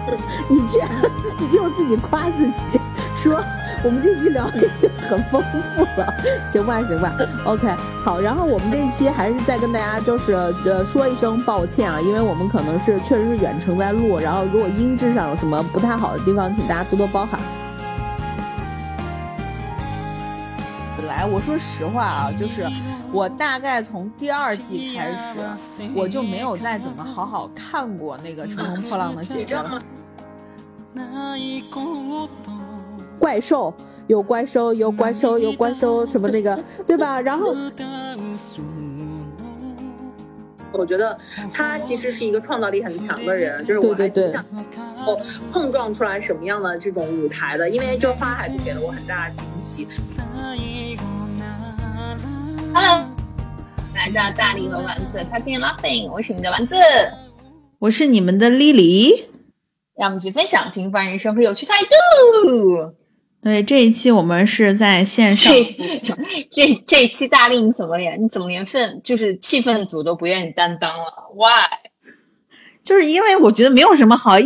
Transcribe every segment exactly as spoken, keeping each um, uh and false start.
你居然自己又自己夸自己，说我们这期聊的已经很丰富了，行吧行吧 ，OK 好。然后我们这一期还是再跟大家就是呃说一声抱歉啊，因为我们可能是确实是远程在录，然后如果音质上有什么不太好的地方，请大家多多包涵。来，我说实话啊，就是我大概从第二季开始，我就没有再怎么好好看过那个《乘风破浪的姐姐》了。怪兽有怪兽有怪兽有怪兽什么那个，对吧？然后我觉得他其实是一个创造力很强的人，就是我还挺想哦碰撞出来什么样的这种舞台的，因为就是花海就给了我很大的惊喜。 Hello， 来到大力和丸子 Talking Laughing， 我是你的丸子， 我是你们的莉莉， 让我们一起分享平凡人生和有趣态度。 对，这一期我们是在线上。 这这这一期大力你怎么连你怎么连份就是气氛组都不愿意担当了 ？Why？ 就是因为我觉得没有什么好耶，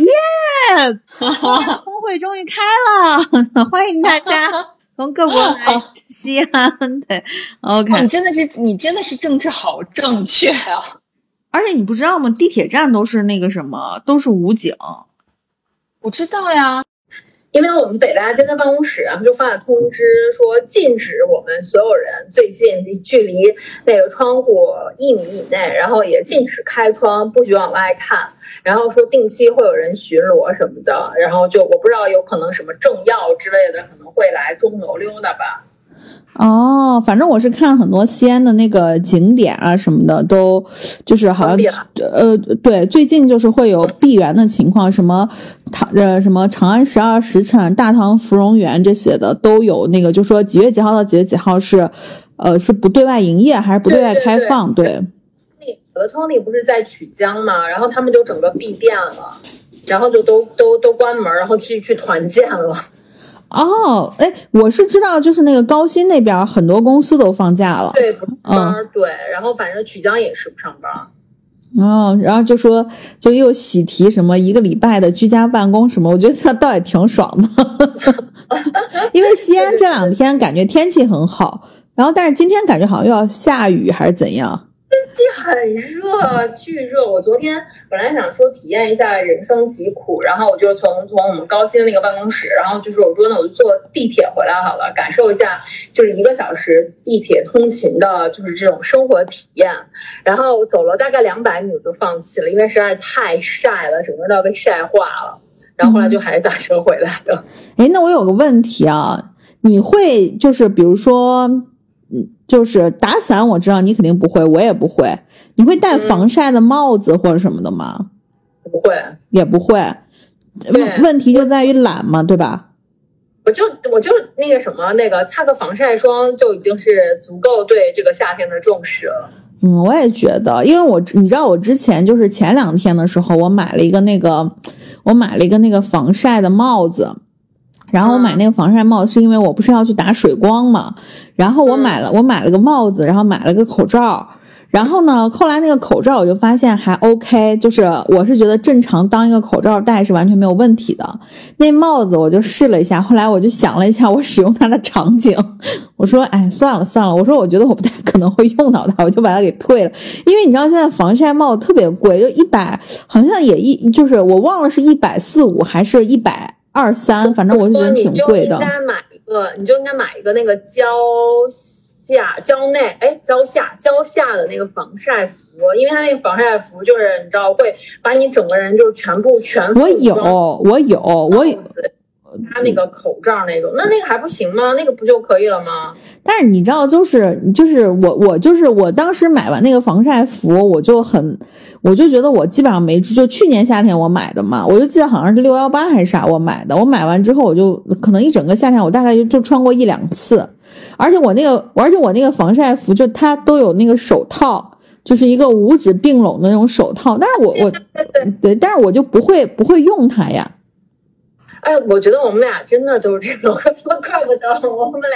峰会终于开了，欢迎大家从各国来西安。对 ，OK， 你真的是你真的是政治好正确啊！ 而且你不知道吗？地铁站都是那个什么，都是武警。 我知道呀。 因为我们北大监测办公室然后就发了通知说禁止我们所有人最近距离那个窗户一米以内，然后也禁止开窗，不许往外看，然后说定期会有人巡逻什么的，然后就我不知道有可能什么政要之类的可能会来钟楼溜达吧。 哦，反正我是看很多西安的那个景点啊什么的，都就是好像呃对，最近就是会有闭园的情况，什么唐呃什么长安十二时辰、大唐芙蓉园这些的都有那个，就说几月几号到几月几号是呃是不对外营业还是不对外开放？对， 对，我的通力不是在曲江嘛，然后他们就整个闭店了，然后就都都都关门，然后去去团建了。 哦，哎，我是知道，就是那个高新那边很多公司都放假了， 对，不上班、嗯，对，然后反正曲江也是不上班。 哦，然后就说就又喜提什么一个礼拜的居家办公什么，我觉得他倒也挺爽的，因为西安这两天感觉天气很好，然后但是今天感觉好像又要下雨还是怎样。 天气很热，巨热。我昨天本来想说体验一下人生疾苦，然后我就从从我们高新那个办公室，然后就是我说呢，我就坐地铁回来好了，感受一下就是一个小时地铁通勤的，就是这种生活体验。然后走了大概两百米我就放弃了，因为实在是太晒了，整个都要被晒化了。然后后来就还是打车回来的。 哎、嗯，那我有个问题啊，你会就是比如说。嗯，就是打伞，我知道你肯定不会，我也不会。你会戴防晒的帽子或者什么的吗？ 不会， 也不会。问问题就在于懒嘛，对吧？ 我就我就那个什么，那个擦个防晒霜就已经是足够对这个夏天的重视了。 嗯，我也觉得，因为我你知道我之前就是前两天的时候，我买了一个那个，我买了一个那个防晒的帽子。然后我买那个防晒帽子是因为我不是要去打水光嘛，然后我买了我买了个帽子，然后买了个口罩，然后呢后来那个口罩我就发现还 OK， 就是我是觉得正常当一个口罩戴是完全没有问题的。那帽子我就试了一下，后来我就想了一下我使用它的场景，我说哎算了算了，我说我觉得我不太可能会用到它，我就把它给退了。因为你知道现在防晒帽特别贵，就一百好像也一就是我忘了是一百四五还是一百二三，反正我是觉得挺贵的。 你就应该买一个，你就应该买一个那个蕉下、蕉内，哎，蕉下、蕉下的那个防晒服，因为它那个防晒服就是你知道会把你整个人就是全部全副。 我有，我有，我有。 他那个口罩那种，那那个还不行吗？那个不就可以了吗？ 但是你知道，就是就是我我就是我当时买完那个防晒服，我就很，我就觉得我基本上没就去年夏天我买的嘛，我就记得好像是六幺八还是啥我买的，我买完之后我就可能一整个夏天我大概就就穿过一两次，而且我那个而且我那个防晒服就它都有那个手套，就是一个五指并拢的那种手套，但是我我对，但是我就不会不会用它呀。 哎，我觉得我们俩真的都是这种，怪不得我们俩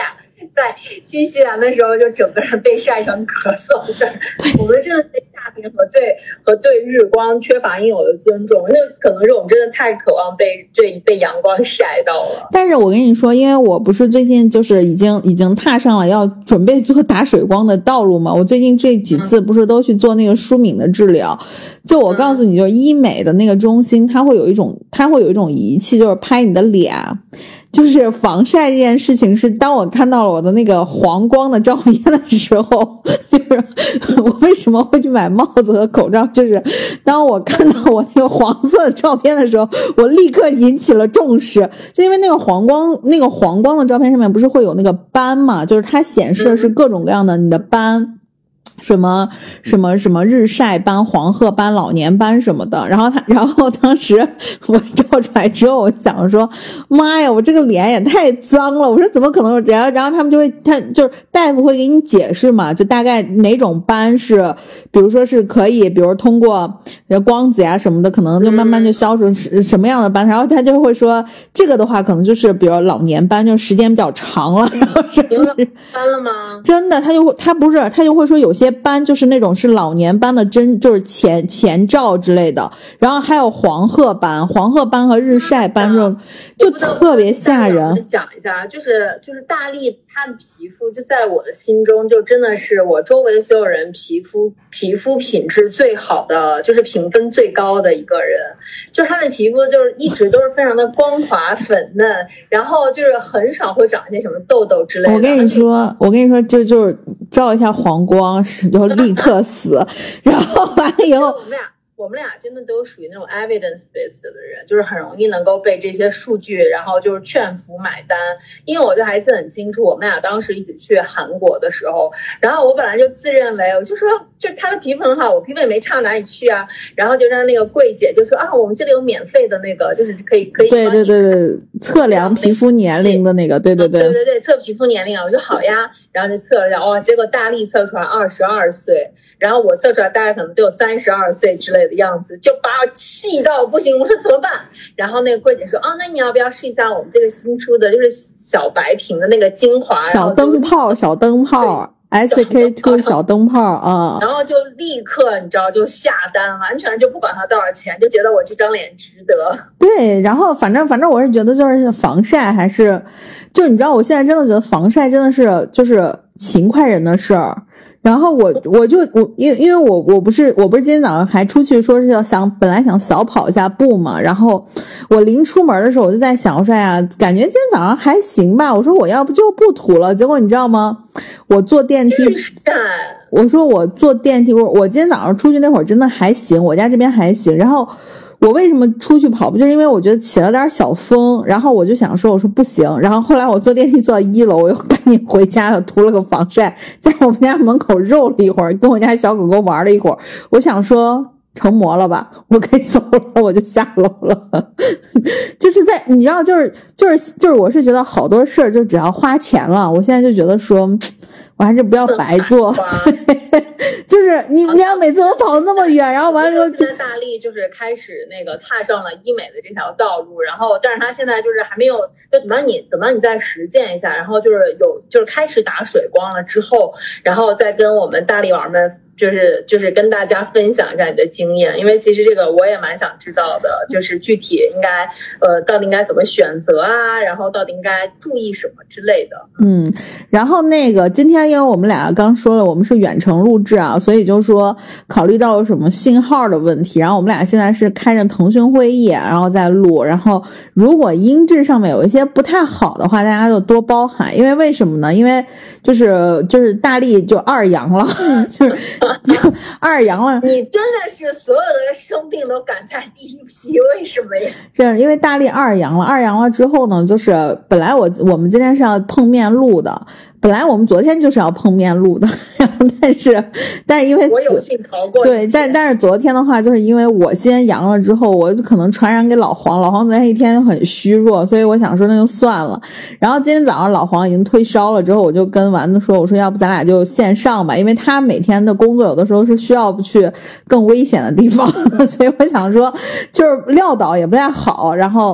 在新西兰的时候就整个人被晒成咳嗽，就是我们真的对夏天和对和对日光缺乏应有的尊重，那可能是我们真的太渴望被对被阳光晒到了。 但是我跟你说，因为我不是最近就是已经已经踏上了要准备做打水光的道路嘛，我最近这几次不是都去做那个舒敏的治疗，就我告诉你，就是医美的那个中心，它会有一种它会有一种仪器，就是拍你的脸。就是防晒这件事情是当我看到了我的那个黄光的照片的时候，就是我为什么会去买帽子和口罩，就是当我看到我那个黄色的照片的时候，我立刻引起了重视，就因为那个黄光那个黄光的照片上面不是会有那个斑嘛，就是它显示的是各种各样的你的斑，什么什么什么日晒斑、黄褐斑、老年斑什么的，然后他，然后当时我照出来之后，我想说，妈呀，我这个脸也太脏了！我说怎么可能？然后，然后他们就会，他就是大夫会给你解释嘛，就大概哪种斑是，比如说是可以，比如通过光子呀什么的，可能就慢慢就消除什么样的斑，然后他就会说，这个的话可能就是比如老年斑，就时间比较长了，然后是斑了吗？ 真的，他就会，他不是，他就会说有些斑就是那种是老年斑的真，就是前前兆之类的，然后还有黄褐斑、黄褐斑和日晒斑这种，就特别吓人。 讲一下，就是就是大力她的皮肤就在我的心中就真的是我周围所有人皮肤皮肤品质最好的，就是评分最高的一个人，就是她的皮肤就是一直都是非常的光滑粉嫩，然后就是很少会长一些什么痘痘之类的。 我跟你说，我跟你说，就就是照一下黄光，然后立刻死，然后完了以后， 我们俩我们俩真的都属于那种 evidence based 的人，就是很容易能够被这些数据，然后就是劝服买单。因为我就还记得很清楚，我们俩当时一起去韩国的时候，然后我本来就自认为，我就说，就他的皮肤很好，我皮肤也没差哪里去啊。然后就让那个柜姐就说啊，我们这里有免费的那个，就是可以可以对对对对测量皮肤年龄的那个，对对对对对对测皮肤年龄啊，我就好呀，然后就测了一下，哇，结果大力测出来二十二岁。然后我测出来大概可能都有三十二岁之类的样子，就把我气到不行。我说怎么办？然后那个柜姐说，哦，那你要不要试一下我们这个新出的，就是小白瓶的那个精华， 小灯泡，小灯泡 ，S K 二 小灯泡啊。 然后就立刻你知道就下单，完全就不管它多少钱，就觉得我这张脸值得。 对，然后反正反正我是觉得就是防晒还是，就你知道我现在真的觉得防晒真的是就是勤快人的事儿。然后我我就我因为因为我我不是我不是今天早上还出去说是要想本来想小跑一下步嘛，然后我临出门的时候我就在想，我说呀，感觉今天早上还行吧，我说我要不就不涂了。结果你知道吗？我坐电梯，我说我坐电梯，我我今天早上出去那会儿真的还行，我家这边还行。然后我为什么出去跑步，就是因为我觉得起了点小风，然后我就想说我说不行，然后后来我坐电梯坐到一楼，我又赶紧回家了，涂了个防晒，在我们家门口肉了一会儿，跟我家小狗狗玩了一会儿，我想说成魔了吧，我可以走了，我就下楼了。就是在你知道就是就是就是我是觉得好多事儿就只要花钱了，我现在就觉得说我还是不要白做。就是你你要每次我跑那么远，然后完了以后现在大力就是开始那个踏上了医美的这条道路，然后但是他现在就是还没有，就等到你等到你再实践一下，然后就是有就是开始打水光了之后，然后再跟我们大力王们就是就是跟大家分享一下你的经验，因为其实这个我也蛮想知道的，就是具体应该呃到底应该怎么选择啊，然后到底应该注意什么之类的。 嗯，然后那个今天因为我们俩刚说了我们是远程录制啊，所以就说考虑到有什么信号的问题，然后我们俩现在是开着腾讯会议然后再录，然后如果音质上面有一些不太好的话，大家就多包涵。因为为什么呢？因为就是就是大力就二阳了，就是二阳了。 你真的是所有的生病都赶在第一批，为什么呀？ 这因为大力二阳了，二阳了之后呢，就是本来我我们今天是要碰面录的，本来我们昨天就是要碰面录的，然后但是但是因为我有幸逃过， 对，但但是昨天的话，就是因为我先阳了之后，我就可能传染给老黄，老黄昨天一天很虚弱，所以我想说那就算了。然后今天早上老黄已经退烧了之后，我就跟丸子说，我说要不咱俩就线上吧，因为他每天的工作有的时候是需要去更危险的地方，所以我想说就是撂倒也不太好，然后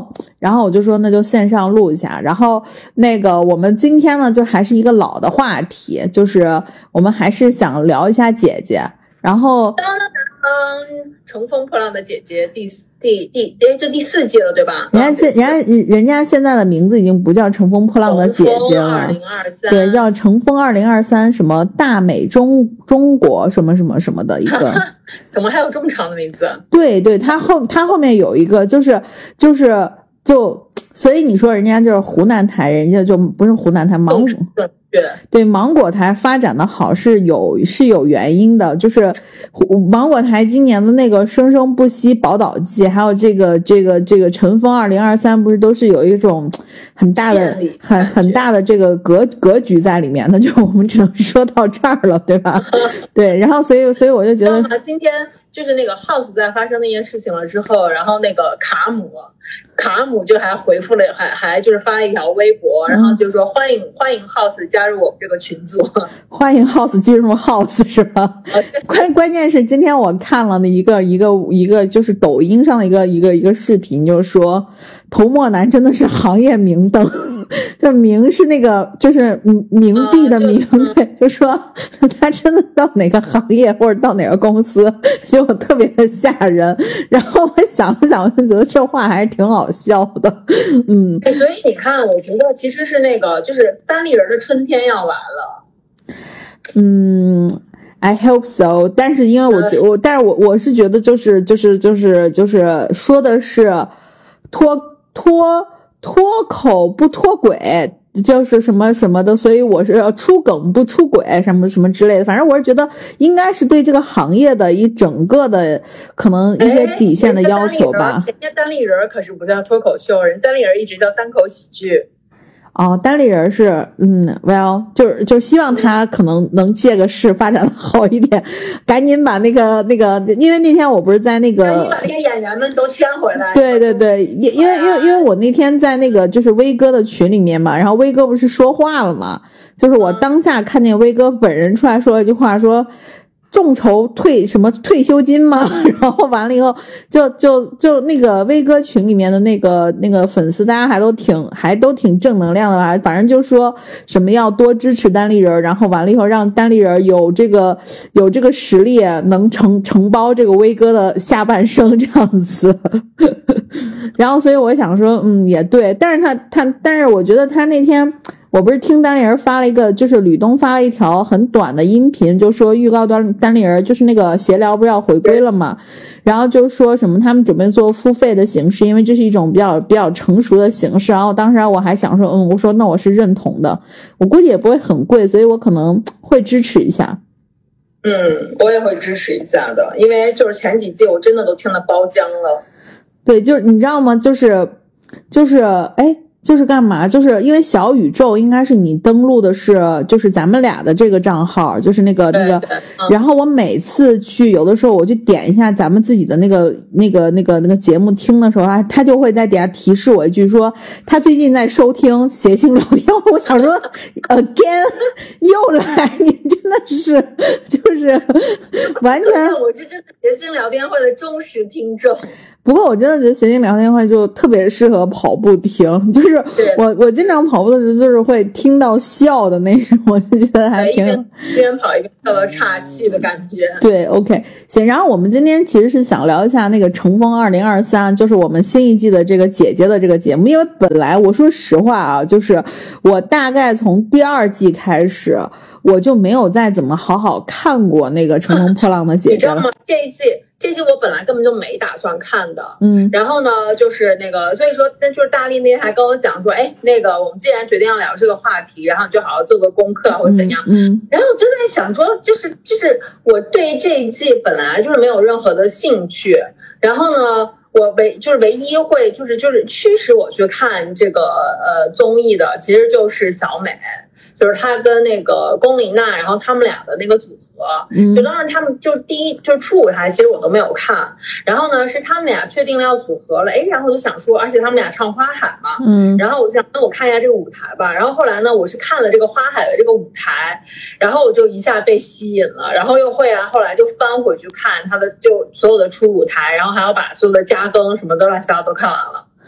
然后我就说那就线上录一下，然后那个我们今天呢就还是一个老的话题，就是我们还是想聊一下姐姐，然后嗯，乘风破浪的姐姐第第第哎这第四季了对吧？ 人家现人家人家现在的名字已经不叫乘风破浪的姐姐了， 二零二三对，叫乘风二零二三什么大美中中国什么什么什么的一个， 怎么还有这么长的名字？ 对对，他后他后面有一个就是就是就，所以你说人家就是湖南台，人家就不是湖南台，芒果对芒果台发展的好是有是有原因的，就是芒果台今年的那个生生不息宝岛季，还有这个这个这个乘风二零二三，不是都是有一种很大的很很大的这个格格局在里面的，就我们只能说到这儿了，对吧？对，然后所以所以我就觉得今天就是那个 House 在发生那件事情了之后，然后那个卡姆卡姆就还回复了，还还就是发了一条微博，然后就说欢迎欢迎 House 加入我们这个群组， 欢迎 House 进入 House 是吧？关关键是今天我看了的一个一个一个就是抖音上的一个一个一个视频，就是说头墨男真的是行业明灯，就明是那个就是冥币的冥，啊、对，就说他真的到哪个行业或者到哪个公司，就特别的吓人。然后我想了想，我就觉得这话还是挺好笑的，嗯。 哎，所以你看，我觉得其实是那个，就是单立人的春天要来了。 嗯 ，I hope so。但是因为我觉我，但是我我是觉得就是就是就是就是说的是脱脱脱口不脱轨。就是什么什么的，所以我是要出梗不出轨什么什么之类的，反正我是觉得应该是对这个行业的一整个的可能一些底线的要求吧。 人家单立人可是不叫脱口秀，人单立人一直叫单口喜剧。 哦，单立人是，嗯 ，well， 就是就希望他可能能借个势发展的好一点，赶紧把那个那个，因为那天我不是在那个， 赶紧把那些演员们都签回来。 对对对，因因为因为因为我那天在那个就是威哥的群里面嘛，然后威哥不是说话了嘛，就是我当下看见威哥本人出来说了一句话说。众筹退什么退休金吗？然后完了以后，就就就那个威哥群里面的那个那个粉丝，大家还都挺还都挺正能量的吧？反正就说什么要多支持单立人，然后完了以后让单立人有这个有这个实力能承承包这个威哥的下半生这样子。然后所以我想说，嗯，也对，但是他他但是我觉得他那天。我不是听单立人发了一个，就是吕东发了一条很短的音频，就说预告单单立人就是那个闲聊不是要回归了嘛，然后就说什么他们准备做付费的形式，因为这是一种比较比较成熟的形式。然后当时我还想说，嗯，我说那我是认同的，我估计也不会很贵，所以我可能会支持一下。 嗯，我也会支持一下的，因为就是前几季我真的都听得包浆了。 对，就是你知道吗？就是就是哎。就是干嘛？就是因为小宇宙应该是你登录的是就是咱们俩的这个账号，就是那个那个、嗯、然后我每次去有的时候我去点一下咱们自己的那个那个那个那个节目听的时候，他他就会在底下提示我一句说他最近在收听谐星聊天。我想说 again 又来，你真的是就是完全我这真的谐星聊天会的忠实听众。 不过我真的觉得谐星聊天会就特别适合跑步听，就是我我经常跑步的时候就是会听到笑的那种，我就觉得还挺有一边跑一边笑到岔气的感觉。 对 OK 行，然后我们今天其实是想聊一下那个乘风二零二三，就是我们新一季的这个姐姐的这个节目。因为本来我说实话啊，就是我大概从第二季开始我就没有再怎么好好看过那个乘风破浪的姐姐了。 你知道吗？这一季这期我本来根本就没打算看的， 嗯， 然后呢，就是那个，所以说，那就是大力那天还跟我讲说，哎，那个我们既然决定要聊这个话题，然后你就好好做个功课或者怎样， 嗯，嗯然后我就在想说，就是就是我对这一季本来就是没有任何的兴趣，然后呢，我唯就是唯一会就是就是驱使我去看这个呃综艺的，其实就是小美。就是他跟那个龚琳娜，然后他们俩的那个组合， 嗯， 就当时他们就第一就初舞台，其实我都没有看。然后呢，是他们俩确定了要组合了，哎，然后我就想说，而且他们俩唱花海嘛， 嗯， 然后我就想，那我看一下这个舞台吧。然后后来呢，我是看了这个花海的这个舞台，然后我就一下被吸引了，然后又会啊，后来就翻回去看他的就所有的初舞台，然后还要把所有的加更什么的乱七八糟都看完了。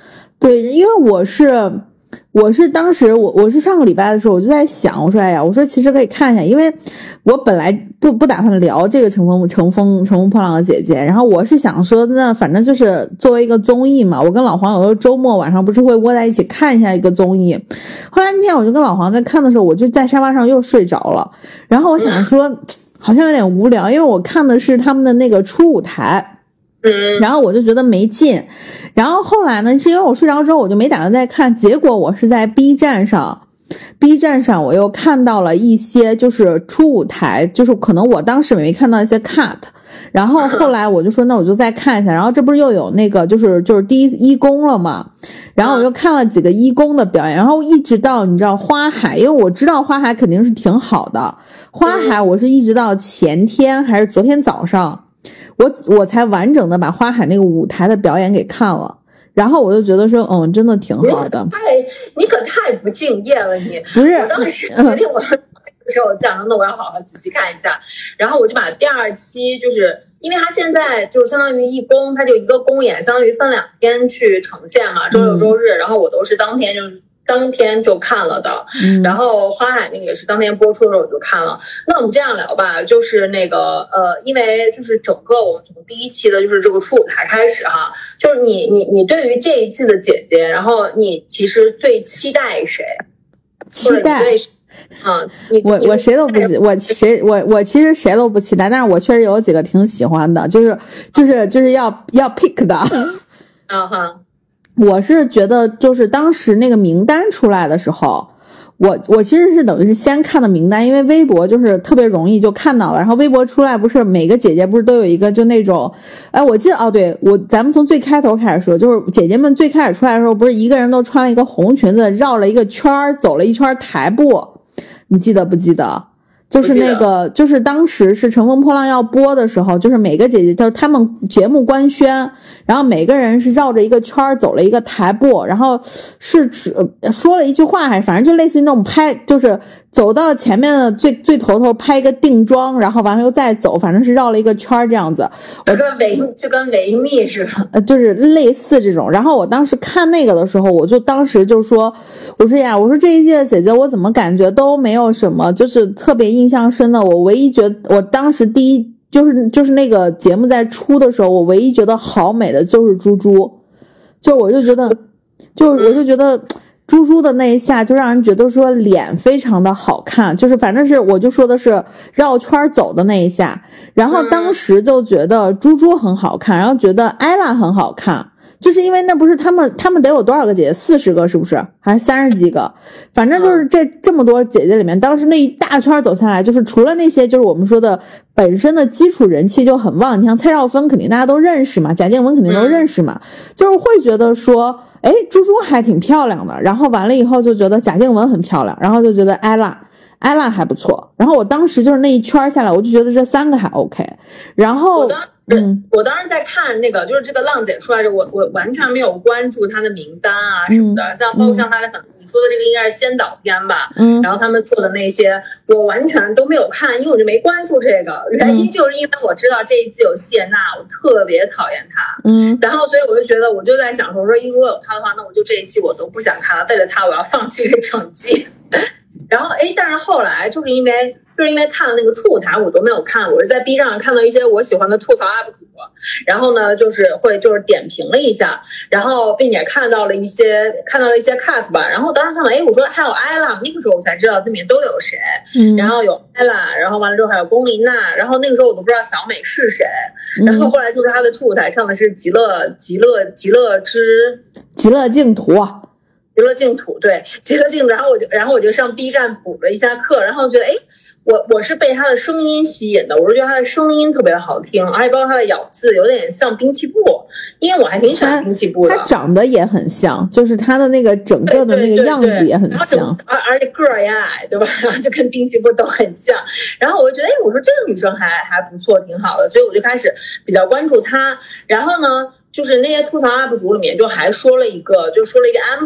对，因为我是我是当时我我是上个礼拜的时候我就在想，我说哎呀，我说其实可以看一下，因为我本来不不打算聊这个乘风乘风乘风破浪的姐姐，然后我是想说那反正就是作为一个综艺嘛，我跟老黄有时候周末晚上不是会窝在一起看一下一个综艺，后来那天我就跟老黄在看的时候，我就在沙发上又睡着了，然后我想说好像有点无聊，因为我看的是他们的那个初舞台。 嗯， 然后我就觉得没劲，然后后来呢，是因为我睡着之后我就没打算再看，结果我是在 B 站上 B 站上我又看到了一些就是初舞台，就是可能我当时没看到一些 cut， 然后后来我就说那我就再看一下，然后这不是又有那个就是就是第一一公了嘛，然后我又看了几个一公的表演，然后一直到你知道花海，因为我知道花海肯定是挺好的，花海我是一直到前天还是昨天早上我我才完整的把花海那个舞台的表演给看了，然后我就觉得说嗯真的挺好的。 太你可太不敬业了你。 不是我当时决定我这个时候我想说那我要好好仔细看一下，然后我就把第二期，就是因为他现在就是相当于一公，他就一个公演相当于分两天去呈现嘛，周六周日，然后我都是当天就是当天就看了的， 嗯、 然后花海那个也是当天播出的时候我就看了。那我们这样聊吧，就是那个呃，因为就是整个我们从第一期的就是这个初舞台开始哈，就是你你你对于这一季的姐姐，然后你其实最期待谁？ 期待啊，你我我谁都不喜，我谁我我其实谁都不期待，但是我确实有几个挺喜欢的，就是就是就是要要 pick 的。 啊哈。 我是觉得就是当时那个名单出来的时候，我我其实是等于是先看的名单，因为微博就是特别容易就看到了，然后微博出来不是每个姐姐不是都有一个就那种，哎，我记得哦，对我咱们从最开头开始说，就是姐姐们最开始出来的时候，不是一个人都穿了一个红裙子，绕了一个圈儿，走了一圈台步，你记得不记得？就是那个，就是当时是《乘风破浪》要播的时候，就是每个姐姐就是他们节目官宣，然后每个人是绕着一个圈走了一个台步，然后是说了一句话，还是反正就类似于那种拍，就是走到前面的最最头头拍一个定妆，然后完了又再走，反正是绕了一个圈这样子。 就跟维就跟维密似的， 呃，就是类似这种。然后我当时看那个的时候，我就当时就说，我说呀，我说这一届的姐姐，我怎么感觉都没有什么，就是特别印象深的。我唯一觉得，我当时第一就是就是那个节目在出的时候，我唯一觉得好美的就是猪猪，就我就觉得，就我就觉得。猪猪的那一下就让人觉得说脸非常的好看，就是反正是我就说的是绕圈走的那一下，然后当时就觉得猪猪很好看，然后觉得艾拉很好看，就是因为那不是他们他们得有多少个姐姐，四十个是不是还是三十几个，反正就是这这么多姐姐里面，当时那一大圈走下来，就是除了那些就是我们说的本身的基础人气就很旺，你像蔡少芬肯定大家都认识嘛，贾静雯肯定都认识嘛，就是会觉得说哎，猪猪还挺漂亮的，然后完了以后就觉得贾静雯很漂亮，然后就觉得艾拉艾拉还不错，然后我当时就是那一圈下来，我就觉得这三个还 OK， 然后我当时、嗯、我当时在看那个就是这个浪姐出来着，我我完全没有关注她的名单啊什么的，嗯、像包括像她的可能你说的这个应该是先导片吧，嗯，然后他们做的那些我完全都没有看，因为我就没关注这个，原因就是因为我知道这一季有谢娜，我特别讨厌她，嗯，然后所以我就觉得我就在想说说如果有她的话，那我就这一季我都不想看了，为了她我要放弃这整季。然后哎，但是后来就是因为就是因为看了那个初舞台我都没有看，我是在 B 站上看到一些我喜欢的吐槽 U P 主，然后呢就是会就是点评了一下，然后并且看到了一些看到了一些 cut 吧，然后当时看到哎我说还有艾拉，那个时候我才知道这里面都有谁，嗯，然后有艾拉，然后完了之后还有龚琳娜，然后那个时候我都不知道小美是谁，然后后来就是她的初舞台唱的是极乐极乐极乐之极乐净土啊。 极乐净土，对，极乐净土，然后我就，然后我就上 B 站补了一下课，然后觉得，哎，我我是被他的声音吸引的，我是觉得他的声音特别好听，而且包括他的咬字有点像滨崎步，因为我还挺喜欢滨崎步的。 他长得也很像，就是他的那个整个的那个样子也很像， 而而且个儿也矮，对吧？就跟滨崎步都很像。然后我就觉得，哎，我说这个女生还还不错，挺好的，所以我就开始比较关注她。然后呢，就是那些吐槽 U P 主里面就还说了一个，就说了一个 Amber。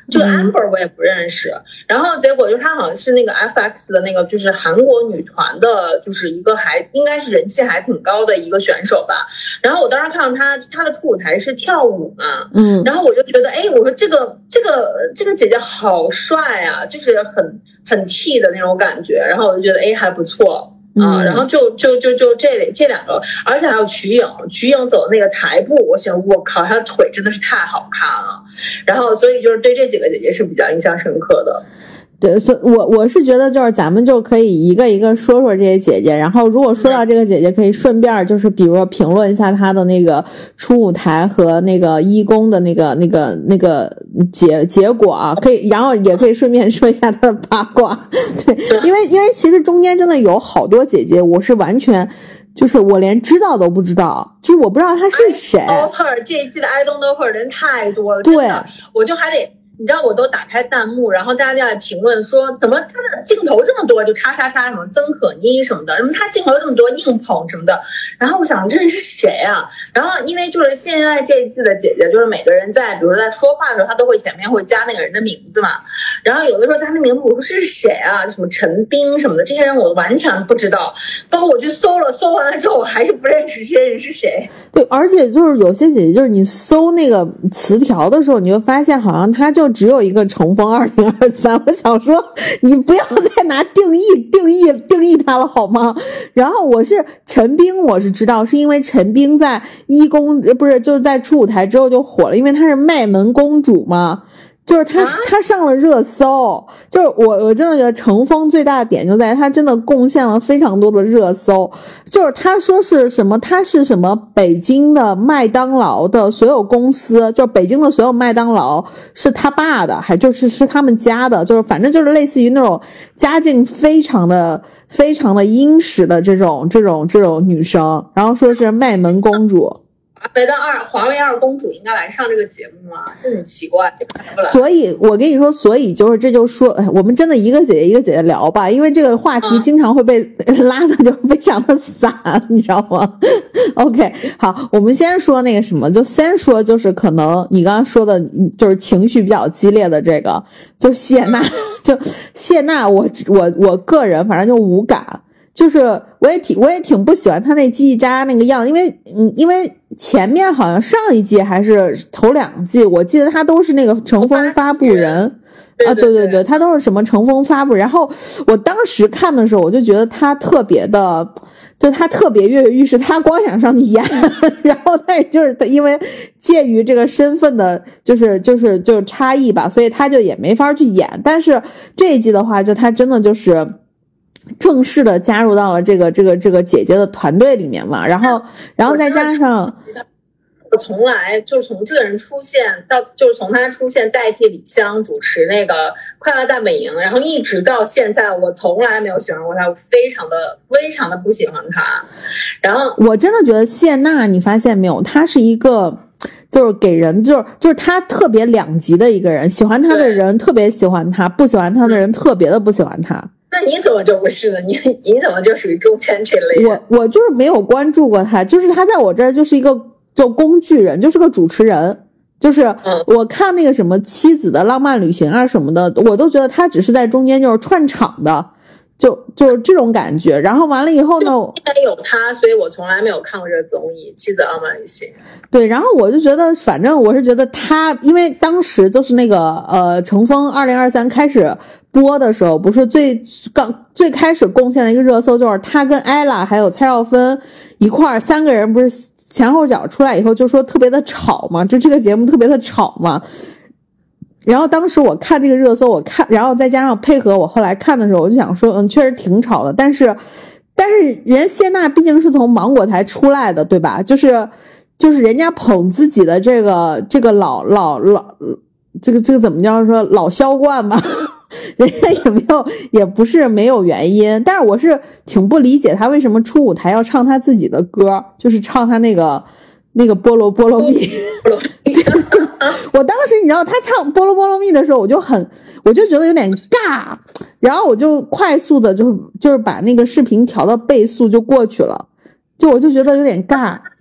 这个 Amber 我也不认识，嗯、然后结果就是她好像是那个 F X 的那个就是韩国女团的，就是一个还应该是人气还挺高的一个选手吧。然后我当时看到她她的初舞台是跳舞嘛， 嗯， 然后我就觉得，哎，我说这个这个这个姐姐好帅啊，就是很很 T 的那种感觉，然后我就觉得，哎，还不错。啊、嗯，然后就就就就这这两个，而且还有瞿颖，瞿颖走的那个台步，我想我靠，她的腿真的是太好看了，然后所以就是对这几个姐姐是比较印象深刻的。 对，所以我我是觉得就是咱们就可以一个一个说说这些姐姐，然后如果说到这个姐姐，可以顺便就是比如说评论一下她的那个初舞台和那个一公的那个那个那个结结果啊，可以，然后也可以顺便说一下她的八卦。对，因为因为其实中间真的有好多姐姐，我是完全就是我连知道都不知道，就是我不知道她是谁。 I don't know her 这一季的 I don't know her 人太多了， 对， 真的，我就还得。你知道我都打开弹幕，然后大家就在评论说，怎么他的镜头这么多，就叉叉叉什么曾可妮什么的，什么他镜头这么多硬捧什么的。然后我想这人是谁啊？然后因为就是现在这一季的姐姐，就是每个人在比如说在说话的时候，他都会前面会加那个人的名字嘛。然后有的时候加那名字，我说是谁啊？什么陈冰什么的，这些人我完全不知道。包括我去搜了，搜完了之后我还是不认识这些人是谁。 对，而且就是有些姐姐，就是你搜那个词条的时候，你会发现好像他就只有一个乘风二零二三，我想说你不要再拿定义定义定义它了好吗？然后我是陈冰，我是知道，是因为陈冰在一公不是就是在初舞台之后就火了，因为她是麦门公主嘛。就是他，他上了热搜。就是我，我真的觉得乘风最大的点就在于他真的贡献了非常多的热搜。就是他说是什么，他是什么北京的麦当劳的所有公司，就北京的所有麦当劳是他爸的，还就是是他们家的，就是反正就是类似于那种家境非常的非常的殷实的这种这种这种女生，然后说是麦门公主。 华为的二华为二公主应该来上这个节目吗？这很奇怪， 所以我跟你说，所以就是这就说，我们真的一个姐姐一个姐姐聊吧，因为这个话题经常会被拉的就非常的散，你知道吗 ？OK， 好，我们先说那个什么，就先说就是可能你刚刚说的，就是情绪比较激烈的这个，就谢娜，就谢娜，我我我个人反正就无感。就是我也挺我也挺不喜欢他那叽叽喳喳那个样子，因为嗯因为前面好像上一季还是头两季，我记得他都是那个乘风发布人啊，对对对，他都是什么乘风发布。然后我当时看的时候，我就觉得他特别的，就他特别跃跃欲试，他光想上去演，然后但是就是他因为介于这个身份的，就是就是就是差异吧，所以他就也没法去演。但是这一季的话，就他真的就是正式的加入到了这个这个这个姐姐的团队里面嘛，然后然后再加上我从来就是从这个人出现到就是从他出现代替李湘主持那个快乐大本营，然后一直到现在我从来没有喜欢过他，我非常的非常的不喜欢他。然后我真的觉得谢娜你发现没有，她是一个就是给人就是就是他特别两极的一个人，喜欢他的人特别喜欢他，不喜欢他的人特别的不喜欢他。 那你怎么就不是呢？你你怎么就属于中间这类人？我我就是没有关注过他，就是他在我这儿就是一个就工具人，就是个主持人。就是我看那个什么妻子的浪漫旅行啊什么的，我都觉得他只是在中间就是串场的。就就是这种感觉，然后完了以后呢， 因为有他，所以我从来没有看过这个综艺《妻子浪漫旅行》。 对，然后我就觉得，反正我是觉得他，因为当时就是那个呃，乘风二零二三开始播的时候，不是最刚最开始贡献的一个热搜，就是他跟艾拉还有蔡少芬一块儿三个人不是前后脚出来以后，就说特别的吵嘛，就这个节目特别的吵嘛。然后当时我看这个热搜，我看，然后再加上配合我后来看的时候，我就想说，嗯，确实挺吵的。但是，但是人谢娜毕竟是从芒果台出来的，对吧？就是，就是人家捧自己的这个这个老老老，这个这个怎么叫说老销冠吧？人家也没有，也不是没有原因。但是我是挺不理解他为什么出舞台要唱他自己的歌，就是唱他那个。那个菠萝菠萝蜜，我当时你知道他唱菠萝菠萝蜜的时候，我就很，我就觉得有点尬，然后我就快速的就就是把那个视频调到倍速就过去了，就我就觉得有点尬。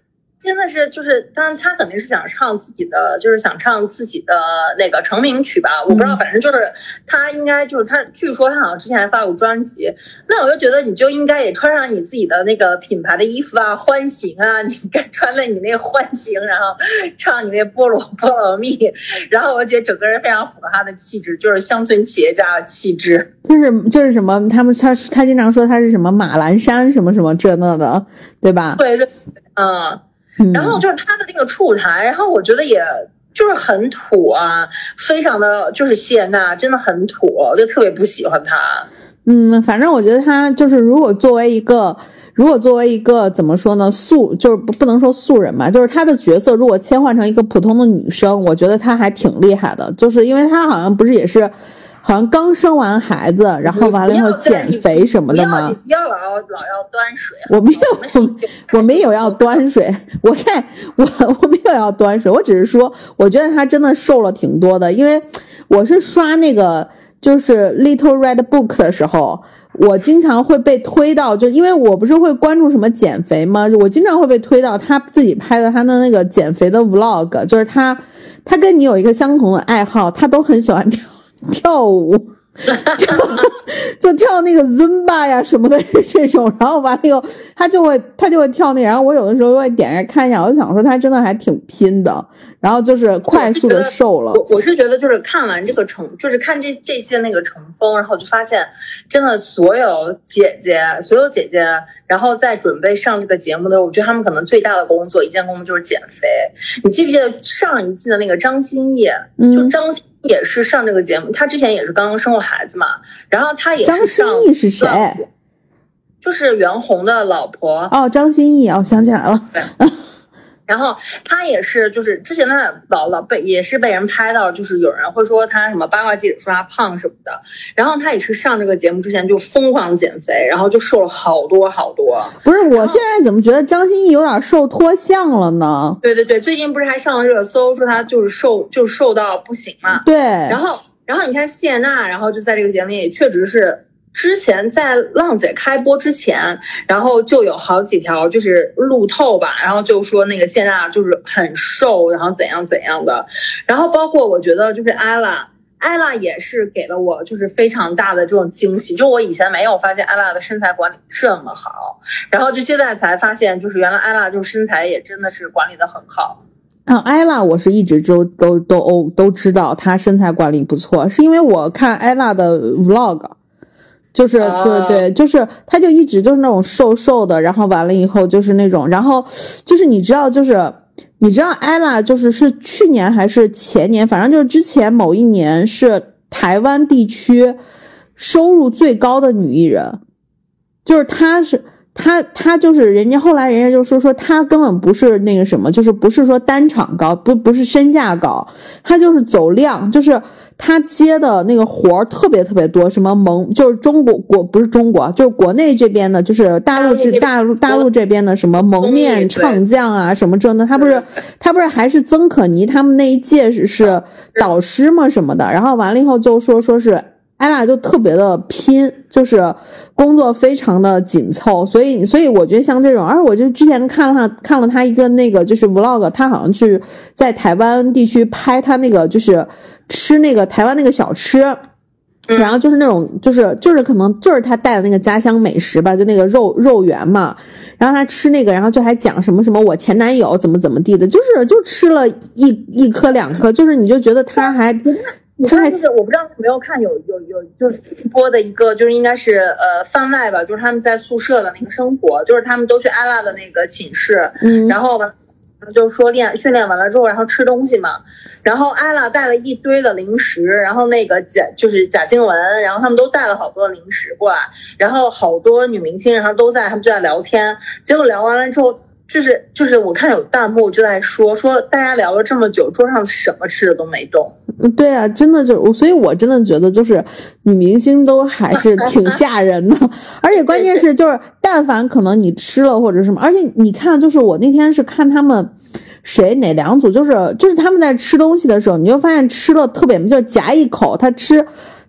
真的是就是，当然他肯定是想唱自己的，就是想唱自己的那个成名曲吧，我不知道，反正就是他应该就是他，据说他好像之前还发过专辑，那我就觉得你就应该也穿上你自己的那个品牌的衣服啊，欢行啊，你该穿了你那个欢行，然后唱你那菠萝菠萝蜜，然后我觉得整个人非常符合他的气质，就是乡村企业家的气质， 就是就是什么，他们他他经常说他是什么马栏山什么什么这那的，对吧？ 对对，嗯。然后就是他的那个出台，然后我觉得也就是很土啊，非常的就是谢娜真的很土，我就特别不喜欢他。 嗯，反正我觉得他就是如果作为一个如果作为一个怎么说呢素就是不不能说素人吧，就是他的角色如果切换成一个普通的女生，我觉得他还挺厉害的，就是因为他好像不是也是好像刚生完孩子，然后完了以后减肥什么的吗？ 你不要老要老要端水。 我没有，我没有要端水，我在我我没有要端水，我只是说，我觉得他真的瘦了挺多的，因为我是刷那个就是 Little Red Book 的时候，我经常会被推到，就因为我不是会关注什么减肥吗？我经常会被推到他自己拍的他的那个减肥的 vlog， 就是他他跟你有一个相同的爱好，他都很喜欢跳。跳舞就就跳那个 Zumba 呀什么的这种，然后完了以后他就会他就会跳那个，然后我有的时候会点开看一下，我就想说他真的还挺拼的，然后就是快速的瘦了。 我, 我是觉得就是看完这个成就是看这这届那个成风，然后就发现真的所有姐姐所有姐姐然后在准备上这个节目的时候，我觉得他们可能最大的工作一件工作就是减肥。你记不记得上一季的那个张歆艺，就张歆艺也是上这个节目，他之前也是刚刚生过孩子嘛，然后他也是上。 张歆艺是谁？ 就是袁弘的老婆。 哦，张歆艺，哦，想起来了。 对。然后他也是，就是之前他老老被也是被人拍到，就是有人会说他什么八卦记者说他胖什么的，然后他也是上这个节目之前就疯狂减肥，然后就瘦了好多好多。 不是，我现在怎么觉得张歆艺有点瘦脱相了呢？ 对对对，最近不是还上了热搜，说他就是瘦，就瘦到不行嘛。 对。 然后，然后你看谢娜，然后就在这个节目里也确实是。之前在浪姐开播之前，然后就有好几条就是路透吧，然后就说那个谢娜就是很瘦，然后怎样怎样的，然后包括我觉得就是艾拉，艾拉也是给了我就是非常大的这种惊喜，就我以前没有发现艾拉的身材管理这么好，然后就现在才发现就是原来艾拉就身材也真的是管理的很好。 啊，艾拉我是一直都都都都知道她身材管理不错，是因为我看艾拉的 vlog。就是对对，就是他就一直就是那种瘦瘦的，然后完了以后就是那种，然后就是你知道就是你知道艾拉就是是去年还是前年，反正就是之前某一年是台湾地区收入最高的女艺人，就是她是她她就是人家后来人家就说说她根本不是那个什么，就是不是说单场高，不不是身价高，她就是走量，就是他接的那个活儿特别特别多，什么蒙就是中国国不是中国，就是国内这边的，就是大陆这大陆大陆这边的什么蒙面唱将啊什么这的，他不是他不是还是曾可妮他们那一届是是导师嘛什么的，然后完了以后就说说是艾拉就特别的拼，就是工作非常的紧凑，所以所以我觉得像这种，而我就之前看了他看了他一个那个就是 vlog， 他好像去在台湾地区拍他那个就是吃那个台湾那个小吃，然后就是那种就是就是可能就是他带的那个家乡美食吧，就那个肉肉圆嘛，然后他吃那个，然后就还讲什么什么我前男友怎么怎么地的，就是就吃了一一颗两颗，就是你就觉得他还他还就是我不知道有没有看有有有就是播的一个就是应该是呃番外吧，就是他们在宿舍的那个生活，就是他们都去艾拉的那个寝室，嗯，然后就说练训练完了之后，然后吃东西嘛，然后艾拉带了一堆的零食，然后那个贾就是贾静雯，然后他们都带了好多零食过来，然后好多女明星然后都在，他们就在聊天，结果聊完了之后。就是就是我看有弹幕就在说说大家聊了这么久，桌上什么吃的都没动。 对啊，真的就所以我真的觉得就是女明星都还是挺吓人的，而且关键是就是但凡可能你吃了或者什么，而且你看就是我那天是看他们谁哪两组，就是就是他们在吃东西的时候，你就发现吃了特别就夹一口，他吃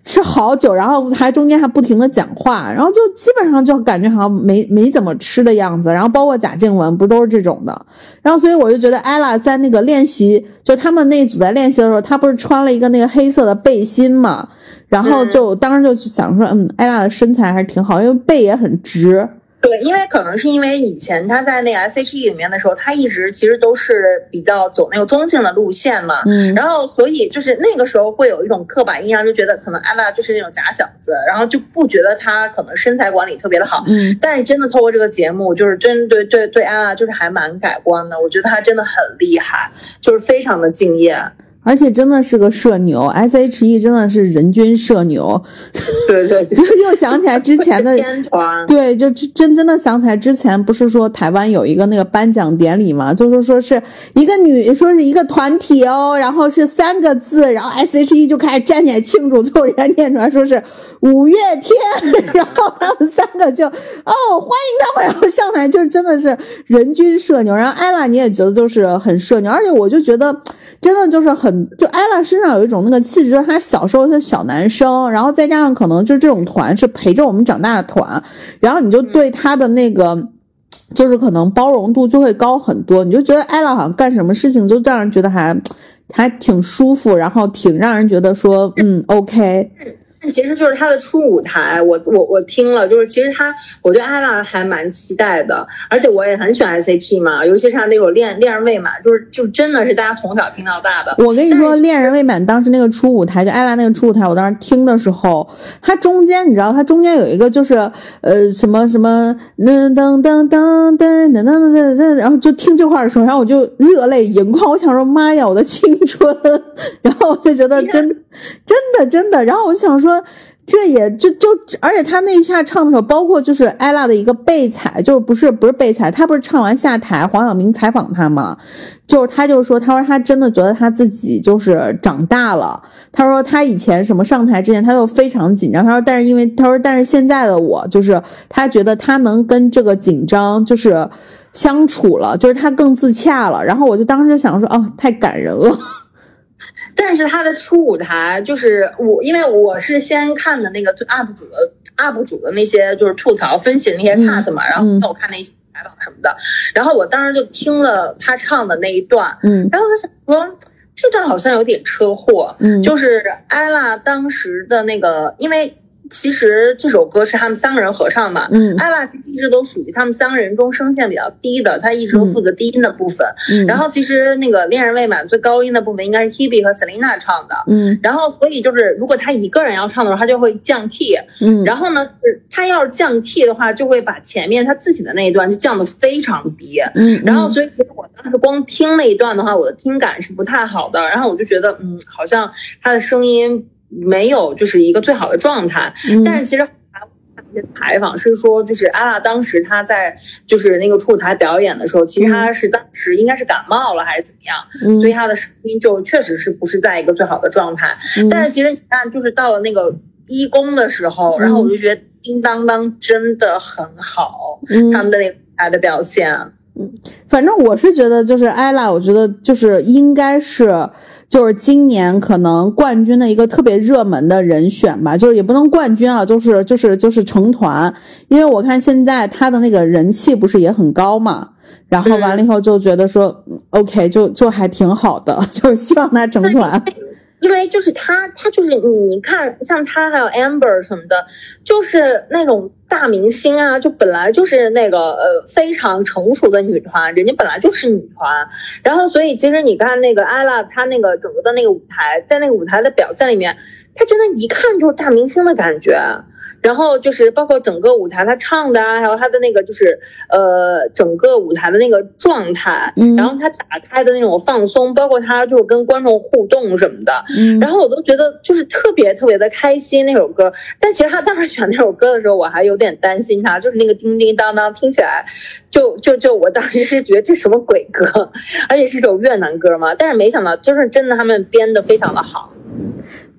吃好久，然后还中间还不停的讲话，然后就基本上就感觉好像没没怎么吃的样子，然后包括贾静雯不都是这种的，然后所以我就觉得 ella 在那个练习，就他们那一组在练习的时候，她不是穿了一个那个黑色的背心嘛，然后就、嗯、当时就想说，嗯 ella 的身材还是挺好，因为背也很直。 对，因为可能是因为以前他在那个 S H E 里面的时候，他一直其实都是比较走那个中性的路线嘛，嗯，然后所以就是那个时候会有一种刻板印象，就觉得可能 ella 就是那种假小子，然后就不觉得他可能身材管理特别的好，嗯，但是真的透过这个节目，就是真对对对 ella 就是还蛮改观的，我觉得他真的很厉害，就是非常的敬业。 而且真的是个社牛 ，S H E 真的是人均社牛， 对对对， 就又想起来之前的天团， 对，就真真的想起来之前不是说台湾有一个那个颁奖典礼嘛，就是说是一个女，说是一个团体哦，然后是三个字，然后 S H E 就开始站起来庆祝，最后人家念出来说是五月天，然后他们三个就哦欢迎他们，然后上台就真的是人均社牛，然后 ella 你也觉得就是很社牛，而且我就觉得真的就是很。就 ella 身上有一种那个气质，就是她小时候是小男生，然后再加上可能就这种团是陪着我们长大的团，然后你就对她的那个、嗯、就是可能包容度就会高很多，你就觉得 ella 好像干什么事情就让人觉得还还挺舒服，然后挺让人觉得说嗯 OK。 其实就是他的初舞台，我我我听了，就是其实他，我对 ella 还蛮期待的，而且我也很喜欢 S H E 嘛，尤其是他那种恋恋人未满，就是就真的是大家从小听到大的。 我跟你说，恋人未满当时那个初舞台，就 ella 那个初舞台，我当时听的时候，它中间你知道，它中间有一个就是呃什么什么噔噔噔噔噔噔噔噔噔，然后就听这块的时候，然后我就热泪盈眶，我想说妈呀，我的青春，然后我就觉得真真的真的，然后我就想说。这也就就而且他那一下唱的时候，包括就是 ella 的一个备采，就是不是不是备采，他不是唱完下台，黄晓明采访他嘛，就是他就说，他说他真的觉得他自己就是长大了，他说他以前什么上台之前他就非常紧张，他说但是因为他说但是现在的我就是他觉得他能跟这个紧张就是相处了，就是他更自洽了，然后我就当时就想说哦太感人了。 但是他的初舞台就是我，因为我是先看的那个 U P 主的 U P 主的那些就是吐槽分析的那些 cut 嘛，嗯、然后我看那些采访什么的，然后我当时就听了他唱的那一段，嗯，然后我就想说这段好像有点车祸，嗯，就是 ella 当时的那个，因为。其实这首歌是他们三个人合唱嘛，嗯 ella 其实一直都属于他们三个人中声线比较低的，她一直都负责低音的部分，嗯，然后其实那个恋人未满最高音的部分应该是 Hebe 和 Selina 唱的，嗯，然后所以就是如果他一个人要唱的时候，他就会降 key， 嗯，然后呢他要是降 key 的话，就会把前面他自己的那一段就降得非常低，嗯，然后所以其实我当时光听那一段的话，我的听感是不太好的，然后我就觉得嗯，好像他的声音没有就是一个最好的状态，嗯，但是其实一些采访是说，就是 ella 当时她在就是那个初舞台表演的时候，其实她是当时应该是感冒了还是怎么样，嗯，所以她的声音就确实是不是在一个最好的状态，嗯，但是其实你看就是到了那个一公的时候，嗯，然后我就觉得叮当当真的很好，嗯，他们的那个舞台的表现， 嗯，反正我是觉得就是 ella 我觉得就是应该是就是今年可能冠军的一个特别热门的人选吧，就是也不能冠军啊，就是就是就是成团，因为我看现在他的那个人气不是也很高嘛，然后完了以后就觉得说，嗯，OK 就就还挺好的，就是希望他成团。 因为就是他，他就是你看，像他还有 Amber 什么的，就是那种大明星啊，就本来就是那个呃非常成熟的女团，人家本来就是女团，然后所以其实你看那个 ella 她那个整个的那个舞台，在那个舞台的表现里面，她真的一看就是大明星的感觉。然后就是包括整个舞台他唱的啊，还有他的那个就是呃整个舞台的那个状态，嗯，然后他打开的那种放松，包括他就是跟观众互动什么的，嗯，然后我都觉得就是特别特别的开心那首歌。但其实他当时选那首歌的时候，我还有点担心他，就是那个叮叮当当听起来就就就我当时是觉得这什么鬼歌，而且是首越南歌嘛，但是没想到就是真的他们编得非常的好。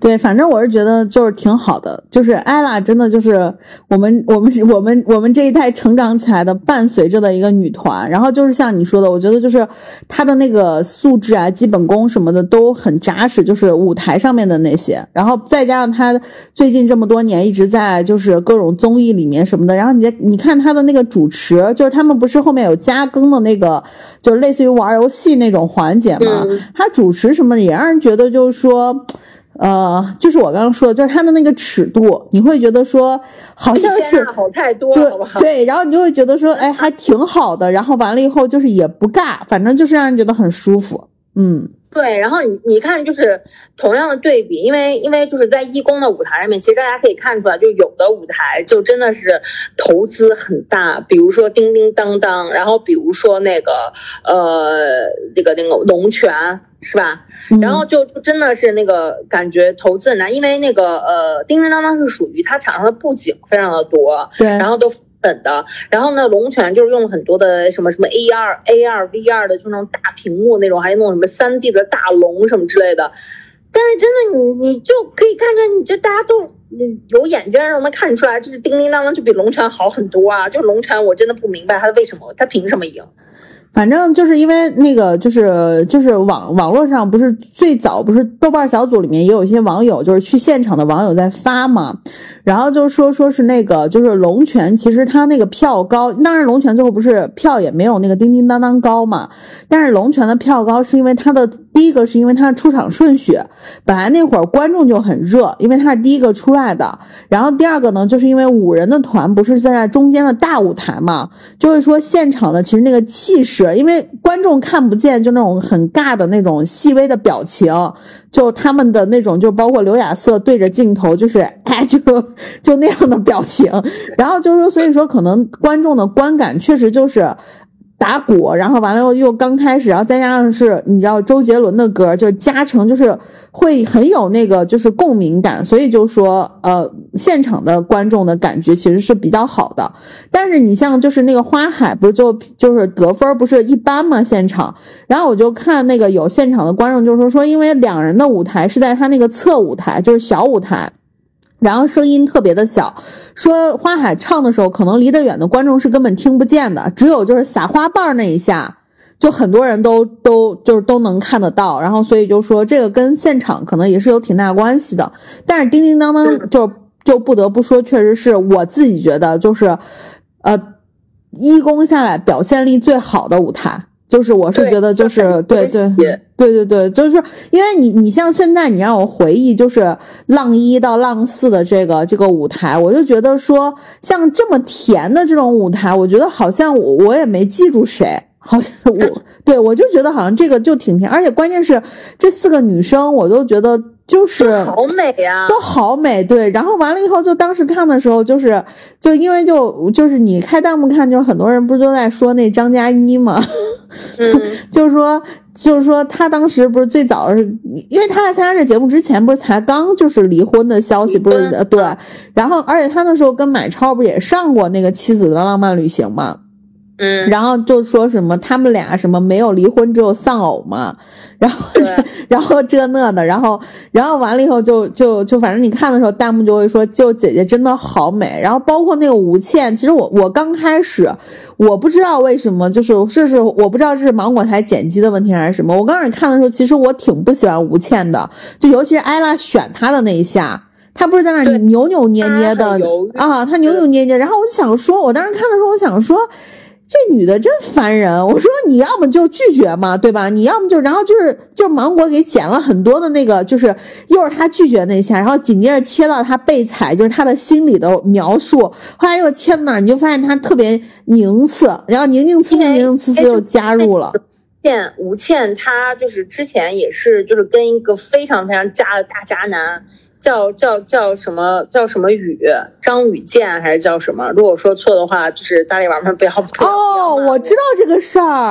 对，反正我是觉得就是挺好的，就是艾拉真的就是我们我们我们我们这一代成长起来的伴随着的一个女团。然后就是像你说的，我觉得就是她的那个素质啊、基本功什么的都很扎实，就是舞台上面的那些，然后再加上她最近这么多年一直在就是各种综艺里面什么的，然后你你看她的那个主持，就是他们不是后面有加更的那个，就是类似于玩游戏那种环节嘛，她、嗯、主持什么也让人觉得就是说。呃，就是我刚刚说的，就是他的那个尺度，你会觉得说好像是好太多了，好不好？ 对，然后你就会觉得说，哎，还挺好的。然后完了以后就是也不尬，反正就是让人觉得很舒服。嗯， 对。然后你你看，就是同样的对比，因为因为就是在一公的舞台上面，其实大家可以看出来，就有的舞台就真的是投资很大，比如说叮叮当当，然后比如说那个呃那个那个龙泉。是吧？然后就就真的是那个感觉投资很大，因为那个呃叮叮当当是属于它场上的布景非常的多， 对， 然后都粉的，然后呢龙泉就是用了很多的什么什么 A R A R V R 的就那种大屏幕那种，还有那种什么 三 D 的大龙什么之类的。但是真的你你就可以看出来，你就大家都嗯有眼睛让能看出来，就是叮叮当当就比龙泉好很多啊！就是龙泉我真的不明白他为什么他凭什么赢。 反正就是因为那个就是就是网网络上不是最早不是豆瓣小组里面也有一些网友就是去现场的网友在发嘛，然后就说说是那个就是龙泉其实他那个票高，当然龙泉最后不是票也没有那个叮叮当当高嘛，但是龙泉的票高是因为他的第一个是因为他的出场顺序，本来那会儿观众就很热，因为他是第一个出来的，然后第二个呢就是因为五人的团不是在中间的大舞台嘛，就是说现场的其实那个气势，因为观众看不见就那种很尬的那种细微的表情，就他们的那种就包括刘亚瑟对着镜头就是哎就就那样的表情，然后就是说所以说可能观众的观感确实就是打鼓，然后完了又又刚开始，然后再加上是你知道周杰伦的歌，就加成就是会很有那个就是共鸣感，所以就说呃现场的观众的感觉其实是比较好的。但是你像就是那个花海不是就就是得分不是一般嘛现场，然后我就看那个有现场的观众就是说说因为两人的舞台是在他那个侧舞台，就是小舞台，然后声音特别的小，说花海唱的时候可能离得远的观众是根本听不见的，只有就是撒花瓣那一下就很多人都都就是都能看得到，然后所以就说这个跟现场可能也是有挺大关系的。但是叮叮当当就就不得不说确实是我自己觉得就是呃一公下来表现力最好的舞台，就是我是觉得就是对对对对对，就是因为你你像现在你让我回忆就是浪一到浪四的这个这个舞台，我就觉得说像这么甜的这种舞台，我觉得好像我我也没记住谁，好像我对我就觉得好像这个就挺甜，而且关键是这四个女生我都觉得就是好美啊， 都好美，对。然后完了以后，就当时看的时候，就是就因为就就是你开弹幕看，就很多人不是都在说那张嘉译嘛， 嗯， 就是说就是说他当时不是最早是，因为他来参加这节目之前，不是才刚就是离婚的消息，不是对。然后而且他那时候跟买超不也上过那个妻子的浪漫旅行嘛。 嗯， 然后就说什么他们俩什么没有离婚只有丧偶嘛，然后然后这那的，然后然后完了以后就就就反正你看的时候弹幕就会说就姐姐真的好美，然后包括那个吴倩，其实我我刚开始我不知道为什么，就是这是我不知道是芒果台剪辑的问题还是什么，我刚开始看的时候其实我挺不喜欢吴倩的，就尤其是艾拉选她的那一下。他不是在那扭扭捏捏的啊，他扭扭捏捏，然后我就想说，我当时看的时候，我想说，这女的真烦人。我说你要么就拒绝嘛，对吧？你要么就，然后就是就芒果给剪了很多的那个，就是又是他拒绝那一下，然后紧接着切到他被踩，就是他的心理的描述，后来又切到哪，你就发现他特别宁次，然后宁宁次次宁宁次次又加入了。 倩吴倩她就是之前也是就是跟一个非常非常渣的大渣男。叫叫叫什么叫什么宇张宇健还是叫什么？如果说错的话，就是大力丸们不要不要。 哦，我知道这个事儿，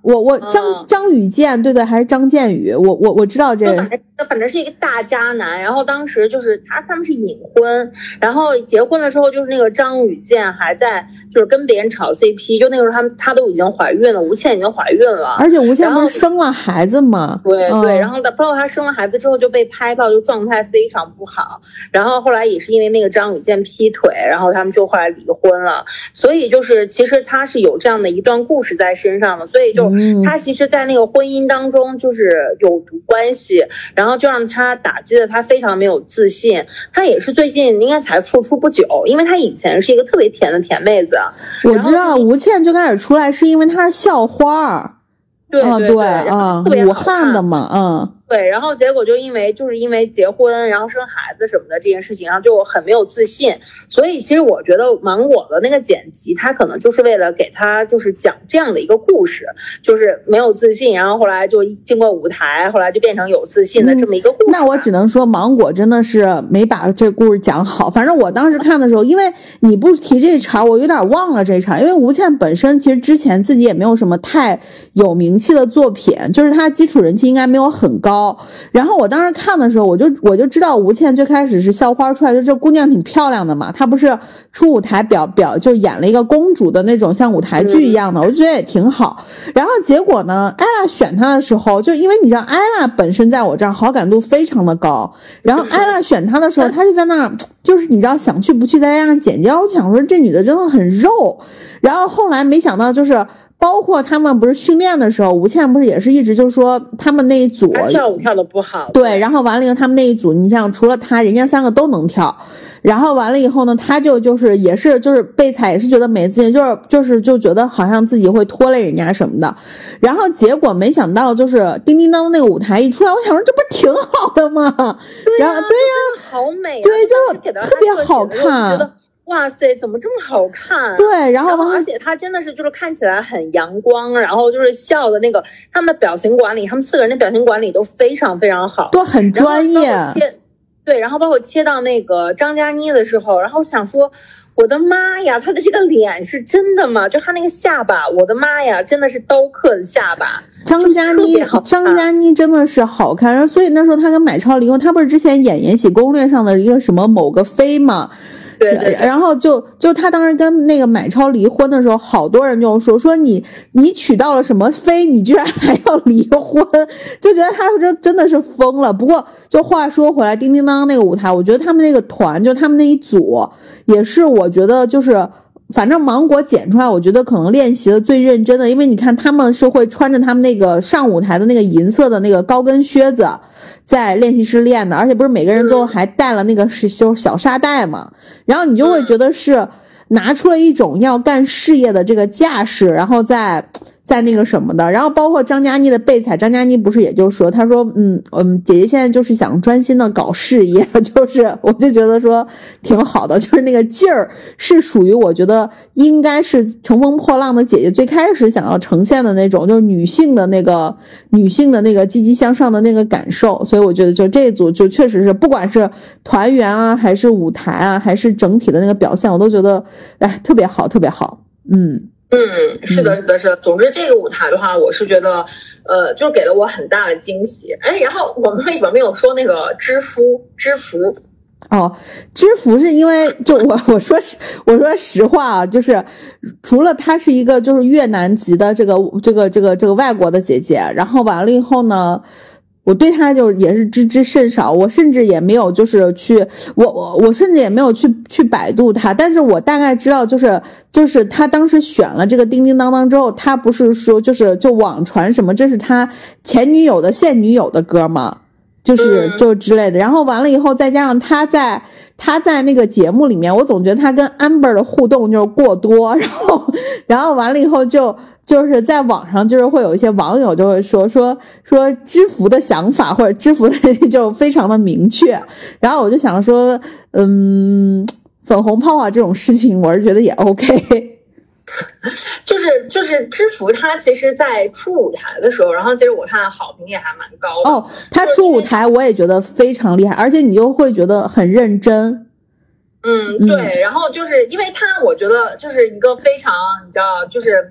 我我张、 嗯、 张雨健，对对，还是张建宇，我我我知道这， 反正反正是一个大渣男。然后当时就是他他们是隐婚，然后结婚的时候就是那个张雨健还在就是跟别人炒 C P， 就那个时候他们他都已经怀孕了，吴倩已经怀孕了， 而且吴倩不是生了孩子吗？ 对、 嗯、 对，然后包括他生了孩子之后就被拍到就状态非常不好，然后后来也是因为那个张雨健劈腿，然后他们就后来离婚了。所以就是其实他是有这样的一段故事在身上的，所以就他其实在那个婚姻当中就是有毒关系，然后就让他打击的他非常没有自信。他也是最近应该才复出不久，因为他以前是一个特别甜的甜妹子。 我知道吴倩最开始出来是因为她是校花， 对对对啊、嗯，武汉的嘛，嗯。 对，然后结果就因为就是因为结婚然后生孩子什么的这件事情，然后就很没有自信。所以其实我觉得芒果的那个剪辑他可能就是为了给他就是讲这样的一个故事，就是没有自信，然后后来就经过舞台后来就变成有自信的这么一个故事、嗯、 那我只能说芒果真的是没把这故事讲好。反正我当时看的时候，因为你不提这场我有点忘了这场，因为吴倩本身其实之前自己也没有什么太有名气的作品，就是她基础人气应该没有很高。然后我当时看的时候，我就我就知道吴倩最开始是校花出来，就这姑娘挺漂亮的嘛，她不是出舞台表表就演了一个公主的那种像舞台剧一样的，我就觉得也挺好。然后结果呢，艾拉选她的时候，就因为你知道艾拉本身在我这儿好感度非常的高，然后艾拉选她的时候，她就在那就是你知道想去不去，再加上剪辑，我想说这女的真的很肉。然后后来没想到就是包括他们不是训练的时候，吴倩不是也是一直就说他们那一组跳舞跳的不好， 对，然后完了以后他们那一组你像除了他人家三个都能跳，然后完了以后呢他就就是也是就是被采也是觉得没自信，就是就是就觉得好像自己会拖累人家什么的，然后结果没想到就是叮叮当那个舞台一出来，我想说这不是挺好的吗？ 对然后对呀、 啊，好美、啊、 对，就特别好看， 哇塞，怎么这么好看？ 对，然后然后而且他真的是就是看起来很阳光，然后就是笑的那个他们的表情管理，他们四个人的表情管理都非常非常好， 都很专业。 对，然后包括切到那个张嘉倪的时候，然后想说我的妈呀，他的这个脸是真的吗？就他那个下巴，我的妈呀，真的是刀刻的下巴。 张嘉倪，张嘉倪真的是好看，然后所以那时候他跟买超离婚，他不是之前演《延禧攻略》上的一个什么某个妃嘛？ 对对对， 然后就就他当时跟那个买超离婚的时候，好多人就说说你你娶到了什么妃，你居然还要离婚，就觉得他真真的是疯了。不过就话说回来，叮叮当那个舞台，我觉得他们那个团，就他们那一组，也是我觉得就是反正芒果剪出来，我觉得可能练习的最认真的，因为你看他们是会穿着他们那个上舞台的那个银色的那个高跟靴子在练习室练的，而且不是每个人最后还带了那个是就是小沙袋嘛，然后你就会觉得是拿出了一种要干事业的这个架势，然后再在那个什么的，然后包括张嘉倪的备采，张嘉倪不是也就说，她说嗯嗯，姐姐现在就是想专心的搞事业，就是我就觉得说挺好的，就是那个劲儿是属于我觉得应该是乘风破浪的姐姐最开始想要呈现的那种，就是女性的那个女性的那个积极向上的那个感受，所以我觉得就这一组就确实是不管是团员啊还是舞台啊还是整体的那个表现，我都觉得哎特别好特别好。嗯嗯，是的，是的，是的。总之，这个舞台的话，我是觉得，呃，就是给了我很大的惊喜。哎，然后我们为什么没有说那个知夫？知福？ 哦，知福是因为就我我说实我说实话啊，就是除了她是一个就是越南籍的这个这个这个这个外国的姐姐，然后完了以后呢。我对他就也是知之甚少，我甚至也没有就是去我我我甚至也没有去去百度他，但是我大概知道就是就是他当时选了这个叮叮当当之后，他不是说就是就网传什么这是他前女友的现女友的歌吗？就是就之类的，然后完了以后再加上他在他在那个节目里面，我总觉得他跟 Amber 的互动就是过多，然后然后完了以后就就是在网上就是会有一些网友就会说说说知福的想法或者知福的就非常的明确，然后我就想说嗯粉红泡泡这种事情我是觉得也 OK。 就是就是知福他其实在出舞台的时候，然后其实我看好评也还蛮高的哦，他出舞台我也觉得非常厉害，而且你就会觉得很认真。 嗯，对，然后就是因为他我觉得就是一个非常你知道就是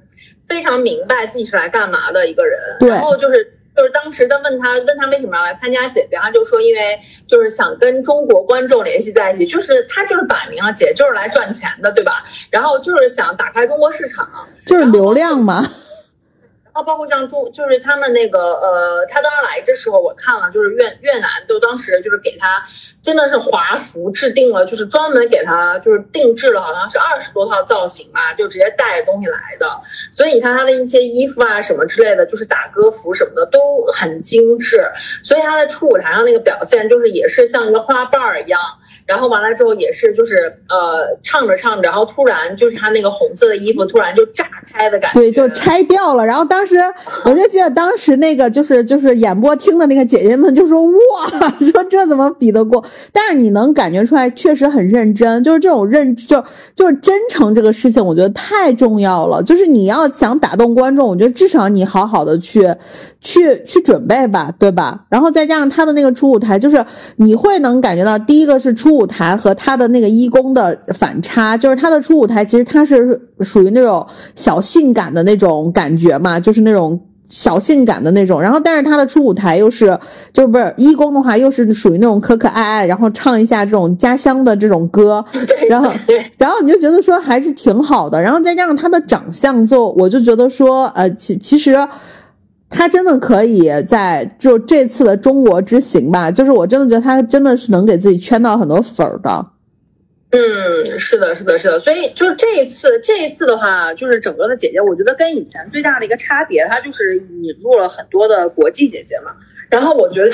非常明白自己是来干嘛的一个人。 对， 然后就是就是当时的问他问他为什么要来参加姐姐，他就说因为就是想跟中国观众联系在一起，就是他就是摆明了姐姐就是来赚钱的，对吧？然后就是想打开中国市场， 就是流量嘛。 然后包括像中，就是他们那个呃，他当时来的时候，我看了，就是越越南都当时就是给他真的是华服制定了，就是专门给他就是定制了，好像是二十多套造型吧，就直接带着东西来的。所以你看他的一些衣服啊什么之类的，就是打歌服什么的都很精致，所以他在初舞台上那个表现就是也是像一个花瓣儿一样。然后完了之后也是就是呃唱着唱着，然后突然就是他那个红色的衣服突然就炸开的感觉， 对，就拆掉了。然后当时我就记得当时那个就是就是演播厅的那个姐姐们就说哇，说这怎么比得过？但是你能感觉出来确实很认真，就是这种认就就是真诚这个事情，我觉得太重要了。就是你要想打动观众，我觉得至少你好好的去去去准备吧，对吧？然后再加上他的那个初舞台，就是你会能感觉到第一个是初舞台和他的那个一公的反差，就是他的初舞台其实他是属于那种小性感的那种感觉嘛，就是那种小性感的那种，然后但是他的初舞台又是就是不是一公的话又是属于那种可可爱爱，然后唱一下这种家乡的这种歌，然后然后你就觉得说还是挺好的，然后再加上他的长相，就我就觉得说呃其其实他真的可以在就这次的中国之行吧，就是我真的觉得他真的是能给自己圈到很多粉的。 嗯，是的，是的，是的，所以就是这一次，这一次的话，就是整个的姐姐，我觉得跟以前最大的一个差别，它就是引入了很多的国际姐姐嘛。然后我觉得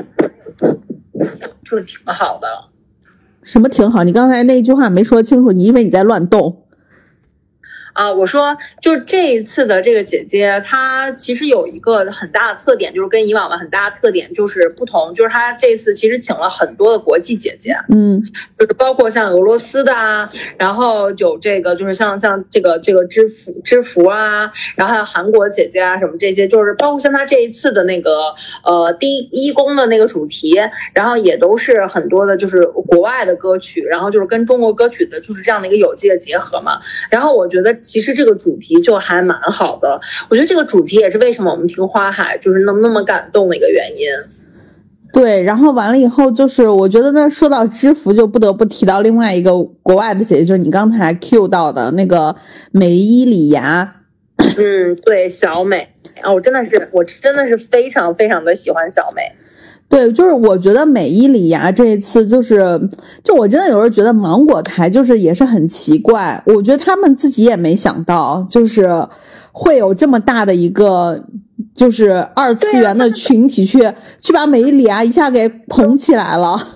做的挺好的。 什么挺好？你刚才那一句话没说清楚，你因为你在乱动。 啊，我说就这一次的这个姐姐，她其实有一个很大的特点，就是跟以往的很大的特点就是不同，就是她这次其实请了很多的国际姐姐， 嗯， 就是包括像俄罗斯的啊，然后有这个就是像像这个这个知福知福啊，然后还有韩国姐姐啊什么这些，就是包括像她这一次的那个呃第一一公的那个主题，然后也都是很多的就是国外的歌曲，然后就是跟中国歌曲的就是这样的一个有机的结合嘛，然后我觉得。其实这个主题就还蛮好的，我觉得这个主题也是为什么我们听花海就是那么那么感动的一个原因。 对，然后完了以后就是我觉得呢，说到知福就不得不提到另外一个国外的姐姐，就是你刚才 cue 到的那个美伊里芽。 嗯，对，小美啊，我真的是我真的是非常非常的喜欢小美。 对，就是我觉得美伊里芽这一次就是，就我真的有时候觉得芒果台就是也是很奇怪，我觉得他们自己也没想到，就是会有这么大的一个就是二次元的群体去、啊、去把美伊里芽一下给捧起来了。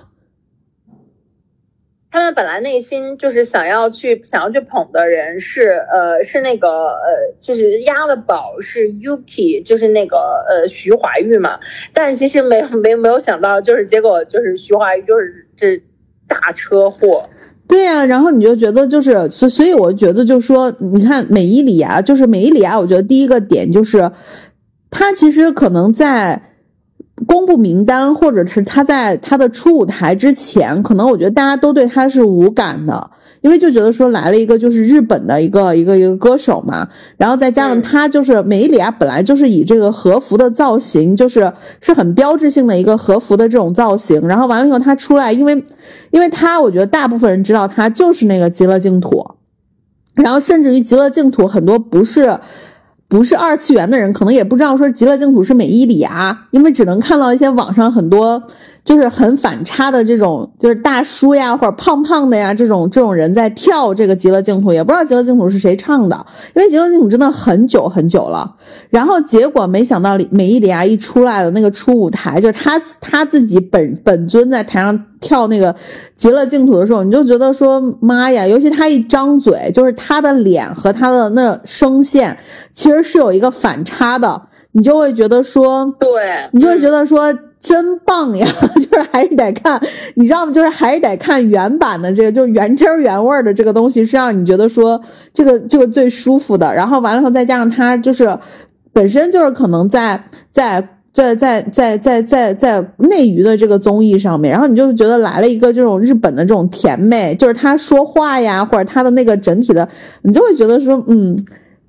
他们本来内心就是想要去想要去捧的人是呃是那个呃就是押的宝是 Yuki 就是那个呃徐怀钰嘛，但其实没没没有想到就是结果就是徐怀钰就是这大车祸。 对呀、啊，然后你就觉得就是所所以我觉得就是说你看美伊里芽就是美伊里芽，我觉得第一个点就是他其实可能在公布名单或者是他在他的初舞台之前，可能我觉得大家都对他是无感的，因为就觉得说来了一个就是日本的一个一个一个歌手嘛，然后再加上他就是美伊里芽本来就是以这个和服的造型，就是是很标志性的一个和服的这种造型，然后完了以后他出来，因为因为他我觉得大部分人知道他就是那个极乐净土，然后甚至于极乐净土很多不是不是二次元的人可能也不知道说极乐净土是美伊里芽，因为只能看到一些网上很多就是很反差的这种就是大叔呀或者胖胖的呀这种这种人在跳这个极乐净土，也不知道极乐净土是谁唱的，因为极乐净土真的很久很久了，然后结果没想到美伊里芽一出来的那个初舞台，就是他他自己本本尊在台上跳那个极乐净土的时候，你就觉得说妈呀，尤其他一张嘴，就是他的脸和他的那声线其实是有一个反差的，你就会觉得说对， 你就会觉得说真棒呀，就是还是得看，你知道吗？就是还是得看原版的这个，就是原汁原味的这个东西，是让你觉得说这个这个最舒服的。然后完了后再加上它就是本身就是可能在在在在在在在在内娱的这个综艺上面，然后你就觉得来了一个这种日本的这种甜妹，就是她说话呀，或者她的那个整体的，你就会觉得说嗯。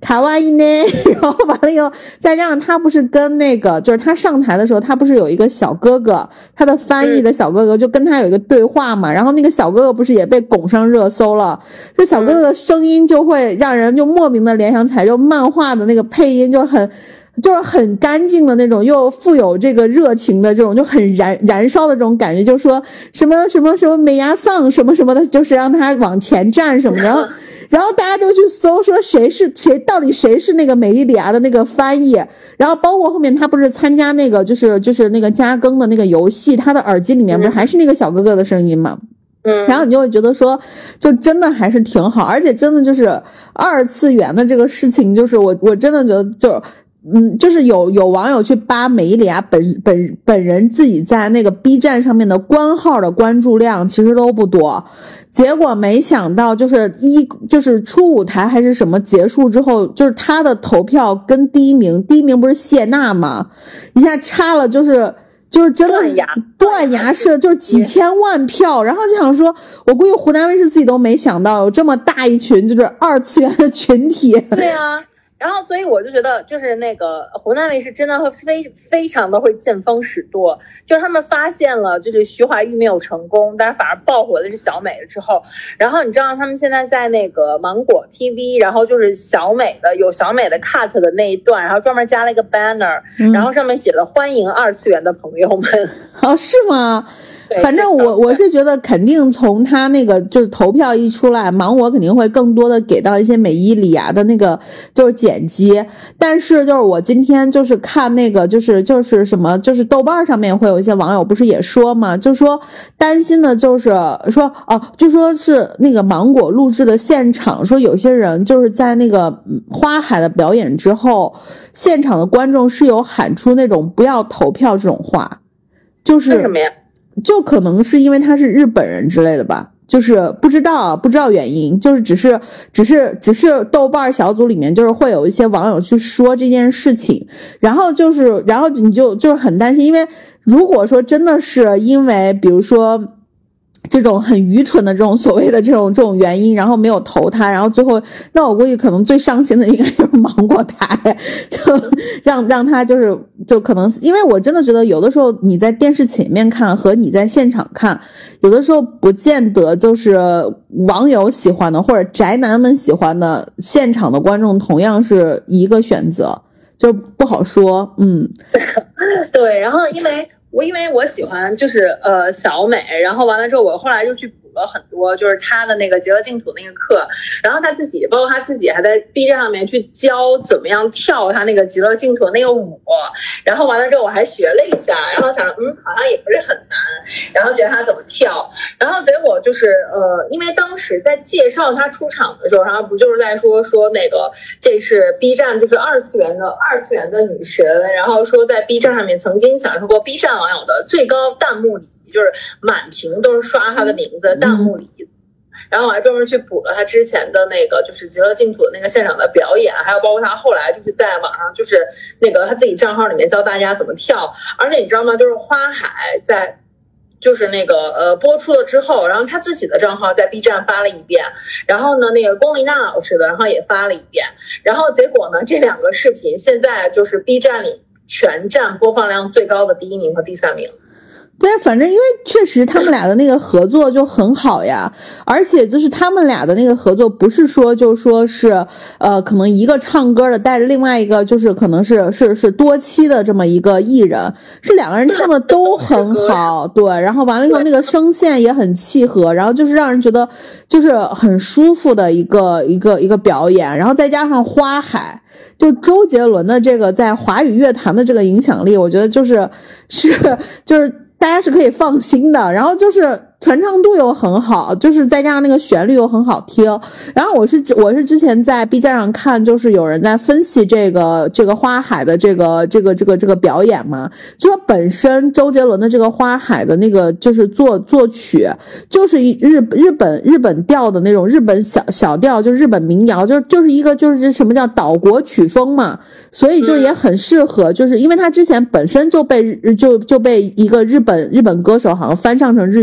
卡哇伊呢，然后完了以后，再加上他不是跟那个，就是他上台的时候，他不是有一个小哥哥，他的翻译的小哥哥就跟他有一个对话嘛，然后那个小哥哥不是也被拱上热搜了，这小哥哥的声音就会让人就莫名的联想起来，就漫画的那个配音就很。就是很干净的那种，又富有这个热情的这种，就很燃燃烧的这种感觉，就说什么什么什么美亚桑什么什么的，就是让他往前站什么的，然后然后大家就去搜说谁是谁，到底谁是那个美伊里亚的那个翻译，然后包括后面他不是参加那个就是就是那个加更的那个游戏，他的耳机里面不是还是那个小哥哥的声音吗？嗯，然后你就会觉得说，就真的还是挺好，而且真的就是二次元的这个事情，就是我我真的觉得就。嗯，就是有有网友去扒美伊里亚本本本人自己在那个 B 站上面的官号的关注量其实都不多，结果没想到就是一就是初舞台还是什么结束之后，就是他的投票跟第一名，第一名不是谢娜吗？一下差了就是就是真的断崖断崖式，就是几千万票，然后就想说，我估计湖南卫视自己都没想到有这么大一群就是二次元的群体。 对啊。然后，所以我就觉得，就是那个湖南卫视真的会非非常的会见风使舵，就是他们发现了，就是徐怀钰没有成功，但是反而爆火的是小美了之后，然后你知道他们现在在那个芒果 T V， 然后就是小美的有小美的 cut 的那一段，然后专门加了一个 banner，、嗯、然后上面写了欢迎二次元的朋友们。 哦，是吗？反正我我是觉得肯定从他那个就是投票一出来，芒果肯定会更多的给到一些美伊里亚的那个就是剪辑，但是就是我今天就是看那个就是就是什么就是豆瓣上面会有一些网友不是也说嘛，就说担心的就是说哦，就说是那个芒果录制的现场，说有些人就是在那个花海的表演之后，现场的观众是有喊出那种不要投票这种话，就是为什么呀？ 就可能是因为他是日本人之类的吧，就是不知道不知道原因，就是只是只是只是豆瓣小组里面就是会有一些网友去说这件事情，然后就是然后你就就是很担心，因为如果说真的是因为比如说这种很愚蠢的这种所谓的这种这种原因，然后没有投他，然后最后那我估计可能最伤心的应该就是芒果台，就让让他就是就可能因为我真的觉得有的时候你在电视前面看和你在现场看，有的时候不见得就是网友喜欢的或者宅男们喜欢的现场的观众同样是一个选择，就不好说。嗯， 对，然后因为我因为我喜欢就是呃小美，然后完了之后我后来就去补了很多就是她的那个极乐净土那个课，然后她自己包括她自己还在 B 站上面去教怎么样跳她那个极乐净土那个舞，然后完了之后我还学了一下，然后想嗯好像也不是很难，然后学她怎么跳，然后结果就是呃因为当时在介绍她出场的时候，然后不就是在说说那个这是 B 站就是二次元的二次元的女神，然后说在 B 站上面曾经享受过 B 站网友的最高弹幕礼，就是满屏都是刷他的名字弹幕礼，然后我还专门去补了他之前的那个就是极乐净土的那个现场的表演，还有包括他后来就是在网上就是那个他自己账号里面教大家怎么跳，而且你知道吗，就是花海在就是那个呃播出了之后，然后他自己的账号在 B 站发了一遍，然后呢那个龚琳娜老师的然后也发了一遍，然后结果呢这两个视频现在就是 B 站里全站播放量最高的第一名和第三名。 对，反正因为确实他们俩的那个合作就很好呀，而且就是他们俩的那个合作不是说就说是呃可能一个唱歌的带着另外一个就是可能是是是多期的这么一个艺人，是两个人唱的都很好，对，然后完了以后那个声线也很契合，然后就是让人觉得就是很舒服的一个一个一个表演，然后再加上花海，就周杰伦的这个在华语乐坛的这个影响力，我觉得就是是就是大家是可以放心的，然后就是传唱度又很好，就是再加上那个旋律又很好听。然后我是我是之前在 B 站上看，就是有人在分析这个这个花海的这个这个这个这个表演嘛，就说本身周杰伦的这个花海的那个就是作作曲就是日日本日本调的那种日本小小调，就是日本民谣，就就是一个就是什么叫岛国曲风嘛，所以就也很适合，就是因为他之前本身就被就就被一个日本日本歌手好像翻唱成日语了。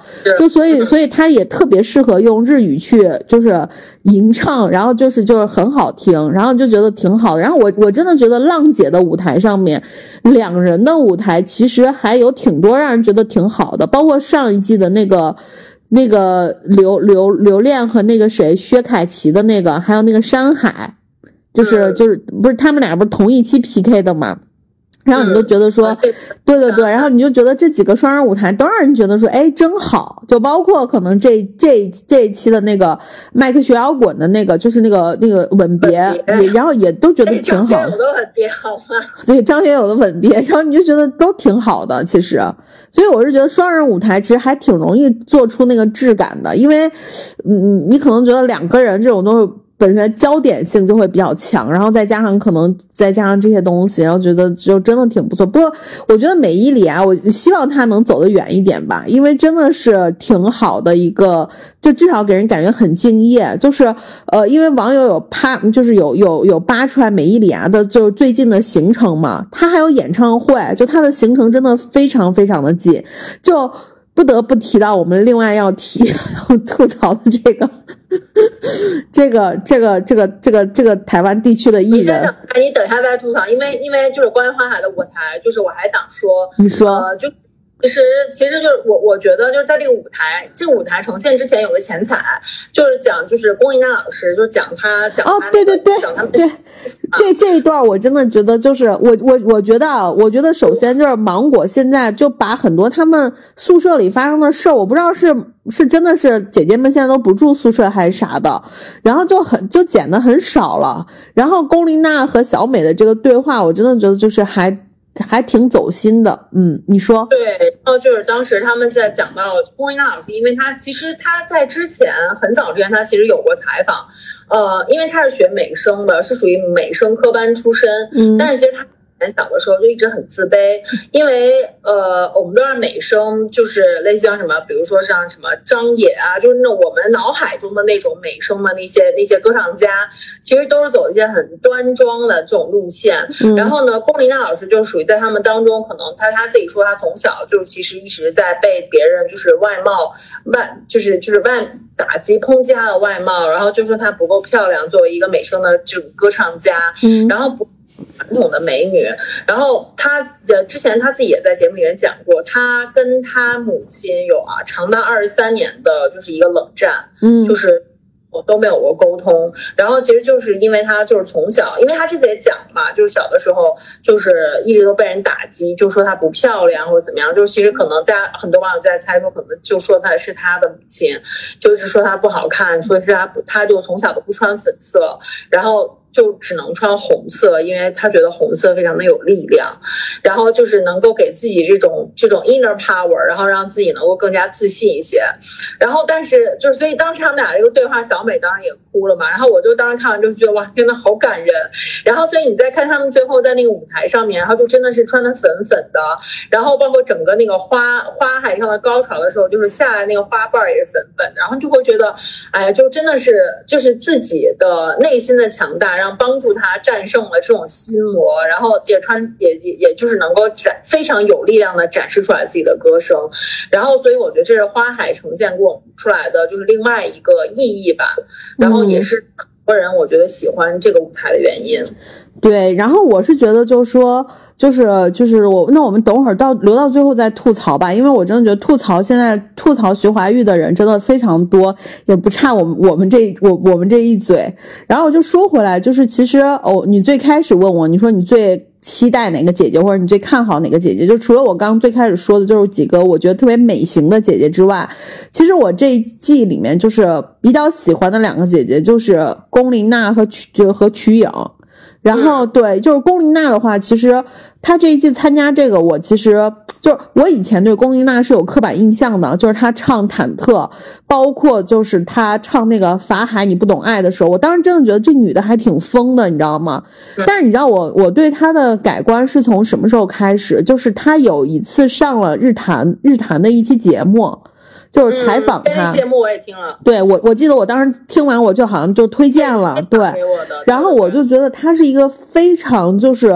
就所以所以他也特别适合用日语去就是吟唱，然后就是就是很好听，然后就觉得挺好的。然后我我真的觉得浪姐的舞台上面两人的舞台其实还有挺多让人觉得挺好的，包括上一季的那个那个刘刘刘恋和那个谁薛凯琪的那个，还有那个山海，就是就是不是他们俩不是同一期 P K 的吗？然后你就觉得说，嗯、对对对，然后你就觉得这几个双人舞台都让人觉得说，哎，真好。就包括可能这这这一期的那个麦克学摇滚的那个，就是那个那个吻别，也然后也都觉得挺好。张学友的吻别好吗？ 对，张学友的吻别，然后你就觉得都挺好的，其实。所以我是觉得双人舞台其实还挺容易做出那个质感的，因为，嗯，你可能觉得两个人这种东西本身焦点性就会比较强，然后再加上可能再加上这些东西，然后觉得就真的挺不错。不过我觉得美伊里啊，我希望他能走得远一点吧，因为真的是挺好的一个，就至少给人感觉很敬业。就是呃，因为网友有扒，就是有有有扒出来美伊里啊的就最近的行程嘛，他还有演唱会，就他的行程真的非常非常的紧，就不得不提到我们另外要提要吐槽的这个这个这个这个这个这个台湾地区的艺人。 你先等，你等一下再吐槽，因为因为就是关于花海的舞台，就是我还想说， 你说， 呃，就其实其实就是我我觉得就是在这个舞台这个舞台呈现之前有个前彩，就是讲就是龚琳娜老师就讲他讲他、那个、 哦对对对讲他们对。这这一段我真的觉得就是我我我觉得啊，我觉得首先就是芒果现在就把很多他们宿舍里发生的事儿，我不知道是是真的是姐姐们现在都不住宿舍还是啥的，然后就很就剪得很少了。然后龚琳娜和小美的这个对话，我真的觉得就是还还挺走心的。嗯，你说？ 对，然后就是当时他们在讲到龚琳娜老师，因为她其实她在之前很早之前她其实有过采访。呃，因为他是学美声的，是属于美声科班出身，嗯，但是其实他很小的时候就一直很自卑，因为呃，我们都知道美声就是类似于像什么，比如说像什么张也啊，就是那我们脑海中的那种美声的那些那些歌唱家，其实都是走一些很端庄的这种路线。嗯、然后呢，龚琳娜老师就属于在他们当中，可能他他自己说他从小就其实一直在被别人就是外貌外就是就是外。打击抨击她的外貌，然后就说她不够漂亮，作为一个美声的这种歌唱家，嗯，然后不传统的美女，然后她呃之前她自己也在节目里面讲过，她跟她母亲有啊长达二十三年的就是一个冷战，嗯，就是我都没有过沟通，然后其实就是因为他就是从小，因为他这次也讲嘛，就是小的时候就是一直都被人打击，就说他不漂亮或者怎么样，就是其实可能大家很多网友在猜说，可能就说他是他的母亲，就是说他不好看，说是他他就从小都不穿粉色，然后就只能穿红色，因为他觉得红色非常的有力量，然后就是能够给自己这种这种 inner power， 然后让自己能够更加自信一些。然后但是就是所以当时他们俩这个对话，小美当然也哭了嘛，然后我就当时看完就觉得哇天呐好感人。然后所以你再看他们最后在那个舞台上面，然后就真的是穿的粉粉的，然后包括整个那个花花海上的高潮的时候，就是下来那个花瓣也是粉粉，然后就会觉得哎呀就真的是就是自己的内心的强大，让帮助他战胜了这种心魔，然后也穿也也也就是能够展非常有力量的展示出来自己的歌声。然后所以我觉得这是花海呈现给我们出来的就是另外一个意义吧，然后也是很多人我觉得喜欢这个舞台的原因。 对，然后我是觉得就是说就是就是我那我们等会儿到留到最后再吐槽吧，因为我真的觉得吐槽现在吐槽徐怀钰的人真的非常多，也不差我们我们这我我们这一嘴。然后我就说回来，就是其实哦，你最开始问我，你说你最期待哪个姐姐，或者你最看好哪个姐姐，就除了我刚刚最开始说的就是几个我觉得特别美型的姐姐之外，其实我这一季里面就是比较喜欢的两个姐姐就是龚琳娜和曲和瞿颖。然后对，就是龚琳娜的话，其实她这一季参加这个，我其实就是我以前对龚琳娜是有刻板印象的，就是她唱忐忑，包括就是她唱那个法海你不懂爱的时候，我当时真的觉得这女的还挺疯的，你知道吗？但是你知道我我对她的改观是从什么时候开始？就是她有一次上了日坛日坛的一期节目。就是采访他， 嗯、节目我也听了。 对我，我记得我当时听完，我就好像就推荐了，对。然后我就觉得他是一个非常就是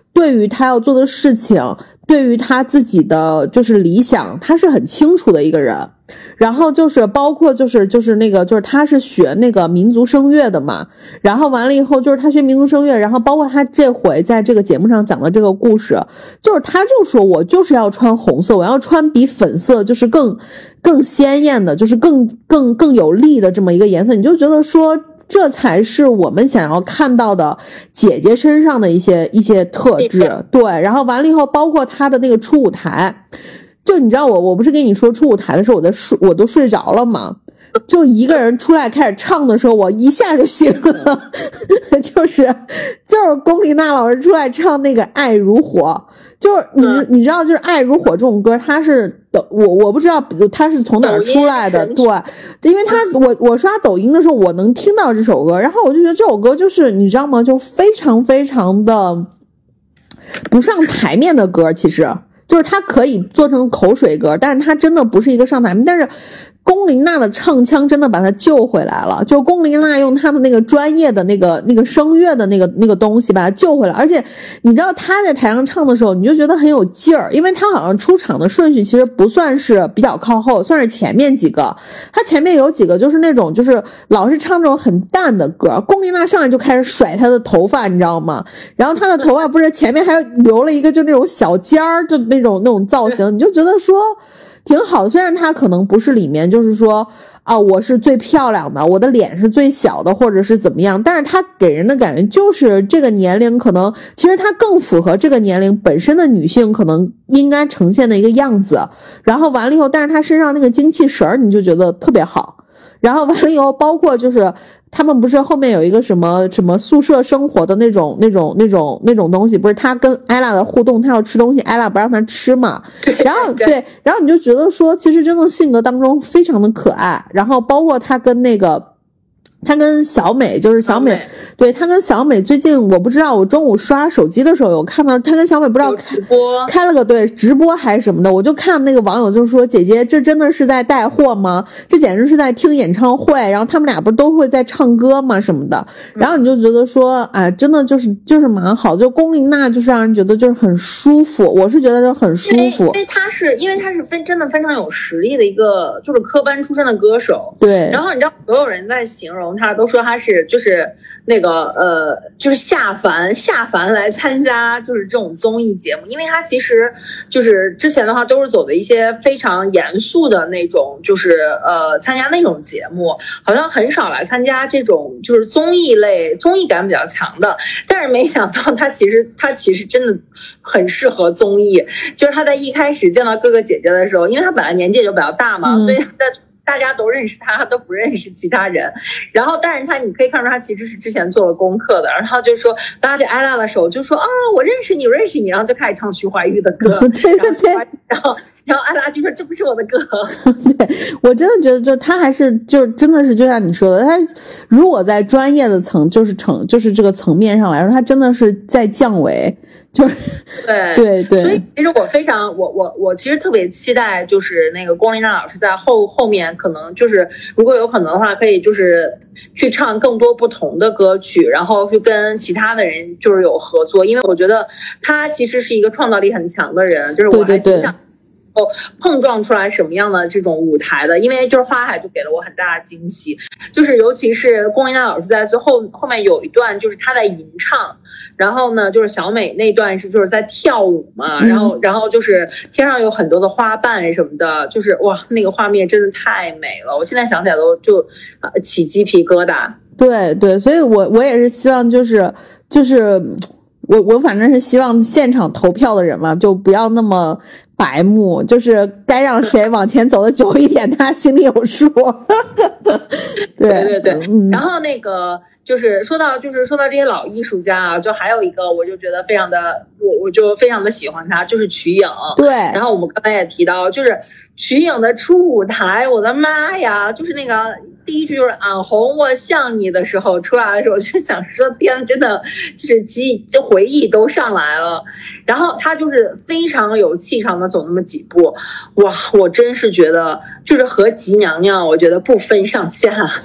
对于他要做的事情，对于他自己的就是理想，他是很清楚的一个人。然后就是包括就是就是那个就是他是学那个民族声乐的嘛，然后完了以后就是他学民族声乐，然后包括他这回在这个节目上讲的这个故事，就是他就说我就是要穿红色，我要穿比粉色就是更更鲜艳的，就是更更更有力的这么一个颜色，你就觉得说这才是我们想要看到的姐姐身上的一些一些特质。对，然后完了以后包括她的那个初舞台，就你知道我我不是跟你说初舞台的时候我在睡我都睡着了吗？就一个人出来开始唱的时候我一下就醒了就是就是龚琳娜老师出来唱那个爱如火，就是你你知道就是爱如火这种歌，它是我我不知道它是从哪儿出来的。对，因为它我我刷抖音的时候我能听到这首歌，然后我就觉得这首歌就是你知道吗，就非常非常的不上台面的歌，其实就是它可以做成口水歌，但是它真的不是一个上台面，但是龚琳娜的唱腔真的把她救回来了，就龚琳娜用她的那个专业的那个那个声乐的那个那个东西把她救回来，而且你知道她在台上唱的时候你就觉得很有劲儿，因为她好像出场的顺序其实不算是比较靠后，算是前面几个，她前面有几个就是那种就是老是唱这种很淡的歌，龚琳娜上来就开始甩她的头发你知道吗，然后她的头发不是前面还留了一个就那种小尖儿的那种那种造型，你就觉得说挺好的，虽然她可能不是里面就是说啊我是最漂亮的，我的脸是最小的或者是怎么样，但是她给人的感觉就是这个年龄可能其实她更符合这个年龄本身的女性可能应该呈现的一个样子，然后完了以后但是她身上那个精气神儿你就觉得特别好，然后完了以后包括就是他们不是后面有一个什么什么宿舍生活的那种那种那种那种东西，不是他跟艾拉的互动，他要吃东西艾拉不让他吃嘛，然后对，然后你就觉得说其实真的性格当中非常的可爱，然后包括他跟那个他跟小美就是小美，小美对他跟小美最近我不知道，我中午刷手机的时候有看到他跟小美不知道开开了个对直播还是什么的，我就看那个网友就说姐姐这真的是在带货吗？这简直是在听演唱会，然后他们俩不是都会在唱歌吗什么的，然后你就觉得说哎真的就是就是蛮好，就龚琳娜就是让人觉得就是很舒服，我是觉得就很舒服， 因为她是因为她是非真的非常有实力的一个就是科班出身的歌手， 对， 然后你知道所有人在形容他都说他是就是那个呃就是下凡下凡来参加就是这种综艺节目，因为他其实就是之前的话都是走的一些非常严肃的那种就是呃参加那种节目，好像很少来参加这种就是综艺类综艺感比较强的，但是没想到他其实他其实真的很适合综艺，就是他在一开始见到哥哥姐姐的时候，因为他本来年纪就比较大嘛，嗯、所以他在大家都认识他，他都不认识其他人。然后，但是他你可以看出他其实是之前做了功课的。然后就说拉着艾拉的手，就说啊、哦，我认识你，我认识你。然后就开始唱徐怀钰的歌。 对对对。 然后，然后艾拉就说这不是我的歌。 对，我真的觉得就他还是就真的是就像你说的，他如果在专业的层就是层就是这个层面上来说，他真的是在降维。就对对对， 所以其实我非常我我我其实特别期待，就是那个龚琳娜老师在后后面可能就是如果有可能的话，可以就是去唱更多不同的歌曲，然后去跟其他的人就是有合作，因为我觉得她其实是一个创造力很强的人，就是我还挺想哦碰撞出来什么样的这种舞台的，因为就是花海就给了我很大的惊喜，就是尤其是龚琳娜老师在最后后面有一段就是她在吟唱。然后呢，就是小美那段是就是在跳舞嘛，然后然后就是天上有很多的花瓣什么的，就是哇，那个画面真的太美了，我现在想起来都就呃起鸡皮疙瘩。 对对，所以我我也是希望就是就是我我反正是希望现场投票的人嘛，就不要那么白目，就是该让谁往前走的久一点，他心里有数。 对对对、嗯，然后那个。就是说到就是说到这些老艺术家啊，就还有一个我就觉得非常的我我就非常的喜欢他，就是瞿颖。 对， 然后我们刚才也提到，就是瞿颖的初舞台，我的妈呀，就是那个第一句就是俺红我像你的时候出来的时候，就想说天，真的就是记就回忆都上来了。然后他就是非常有气场的走那么几步，哇，我真是觉得就是和吉娘娘，我觉得不分上下。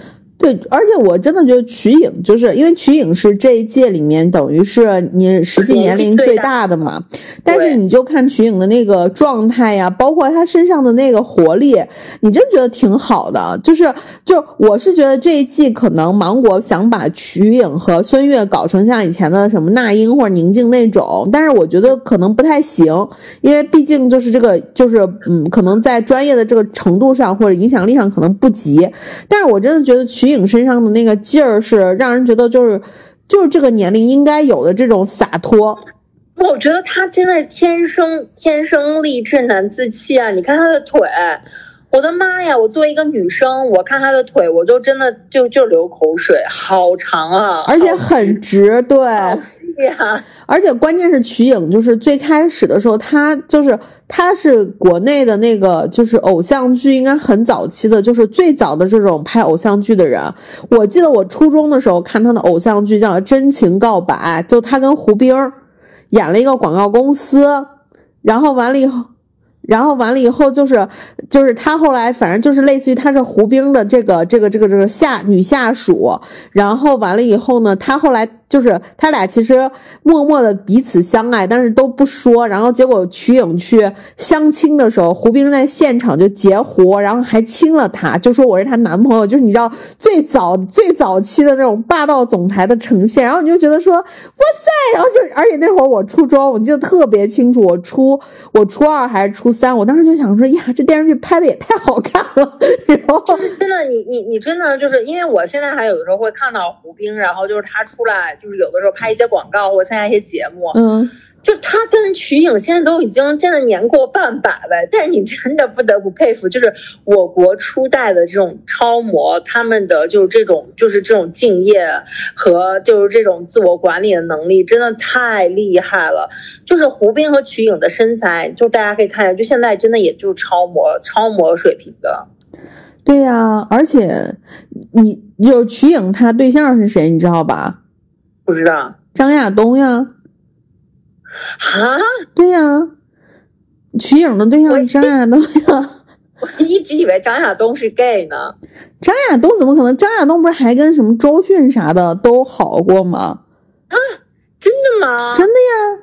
对，而且我真的觉得瞿颖，就是因为瞿颖是这一届里面等于是你实际年龄最大的嘛，但是你就看瞿颖的那个状态呀，包括她身上的那个活力，你真觉得挺好的。就是就我是觉得这一季可能芒果想把瞿颖和孙悦搞成像以前的什么那英或者宁静那种，但是我觉得可能不太行，因为毕竟就是这个就是嗯，可能在专业的这个程度上或者影响力上可能不及，但是我真的觉得瞿颖身上的那个劲儿是让人觉得就是就是这个年龄应该有的这种洒脱。 我觉得他真的天生天生丽质难自弃啊！你看他的腿，我的妈呀！我作为一个女生，我看他的腿，我就真的就就流口水，好长啊， 而且很直，对， 好细啊！ 而且关键是瞿颖，就是最开始的时候，她就是她是国内的那个就是偶像剧应该很早期的，就是最早的这种拍偶像剧的人。我记得我初中的时候看她的偶像剧叫《真情告白》，就她跟胡兵演了一个广告公司，然后完了以后。然后完了以后就是就是他后来反正就是类似于他是胡兵的这个这个这个这个下女下属，然后完了以后呢，他后来就是他俩其实默默的彼此相爱，但是都不说。然后结果瞿颖去相亲的时候，胡兵在现场就截胡，然后还亲了他，就说我是他男朋友，就是你知道最早最早期的那种霸道总裁的呈现。然后你就觉得说哇塞，然后就而且那会儿我初中，我记得特别清楚，我初我初二还是初三，我当时就想说呀，这电视剧拍的也太好看了。然后就是真的，你你你真的就是因为我现在还有的时候会看到胡兵，然后就是他出来。就是有的时候拍一些广告或参加一些节目， 嗯， 就他跟瞿颖现在都已经真的年过半百了，但是你真的不得不佩服，就是我国初代的这种超模，他们的就是这种就是这种敬业和就是这种自我管理的能力，真的太厉害了。就是胡兵和瞿颖的身材，就大家可以看一下，就现在真的也就是超模超模水平的。 对呀、啊，而且你有瞿颖，他对象是谁，你知道吧？ 不知道。 张亚东呀。 啊？ 对呀，瞿颖的对象是张亚东呀。 我一直以为张亚东是 gay 呢。 张亚东怎么可能？张亚东不是还跟什么周迅啥的都好过吗？ 啊，真的吗？ 真的呀。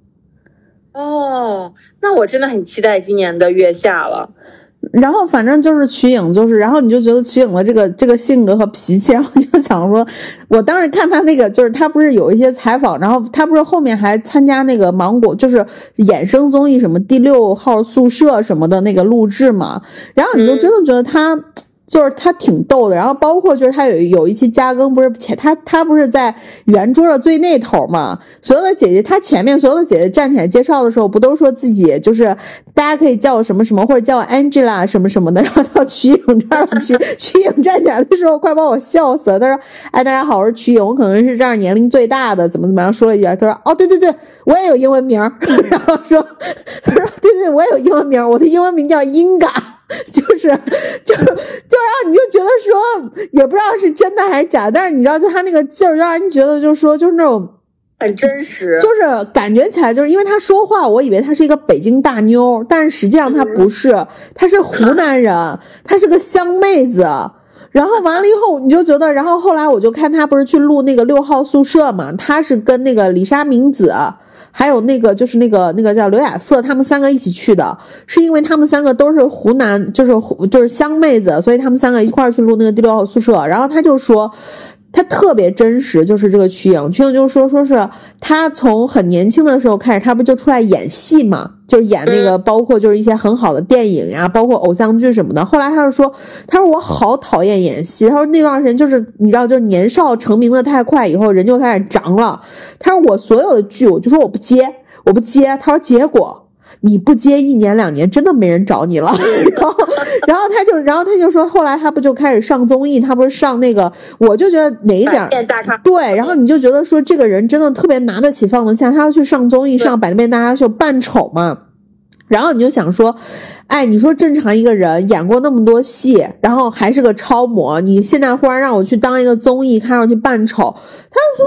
哦，那我真的很期待今年的月下了。 然后反正就是瞿颖，就是然后你就觉得瞿颖的这个这个性格和脾气，然后就想说，我当时看他那个就是他不是有一些采访，然后他不是后面还参加那个芒果就是衍生综艺什么第六号宿舍什么的那个录制嘛，然后你就真的觉得他。嗯就是他挺逗的，然后包括就是他有有一期加更，不是前他他不是在圆桌的最那头嘛，所有的姐姐他前面所有的姐姐站起来介绍的时候，不都说自己就是大家可以叫我什么什么或者叫我 Angela 什么什么的，然后到瞿颖这儿去，瞿颖站起来的时候快把我笑死了。他说：“哎，大家好，我是瞿颖，我可能是这儿年龄最大的，怎么怎么样说了一句，他说哦对对对，我也有英文名，然后说他说对对，我也有英文名，我的英文名叫英嘎。”就是就就让你就觉得说也不知道是真的还是假，但是你知道就他那个劲儿让人觉得就是说就是那种很真实， 就是感觉起来就是因为他说话我以为他是一个北京大妞，但是实际上他不是，他是湖南人，他是个湘妹子。然后完了以后你就觉得，然后后来我就看他不是去录那个六号宿舍嘛，他是跟那个李莎明子还有那个就是那个那个叫刘亚瑟，他们三个一起去的，是因为他们三个都是湖南，就是就是湘妹子，所以他们三个一块儿去录那个第六号宿舍。然后他就说他特别真实，就是这个瞿颖，瞿颖就说说是他从很年轻的时候开始，他不就出来演戏嘛，就是演那个包括就是一些很好的电影呀，包括偶像剧什么的。后来他就说，他说我好讨厌演戏，他说那段时间就是你知道，就是年少成名的太快，以后人就开始长了。他说我所有的剧，我就说我不接，我不接。他说结果。你不接一年两年，真的没人找你了。然后，然后他就，然后他就说，后来他不就开始上综艺，他不是上那个，我就觉得哪一点对，然后你就觉得说这个人真的特别拿得起放得下，他要去上综艺，上百变大咖秀扮丑嘛。然后你就想说，哎，你说正常一个人演过那么多戏，然后还是个超模，你现在忽然让我去当一个综艺，看上去扮丑，他就说。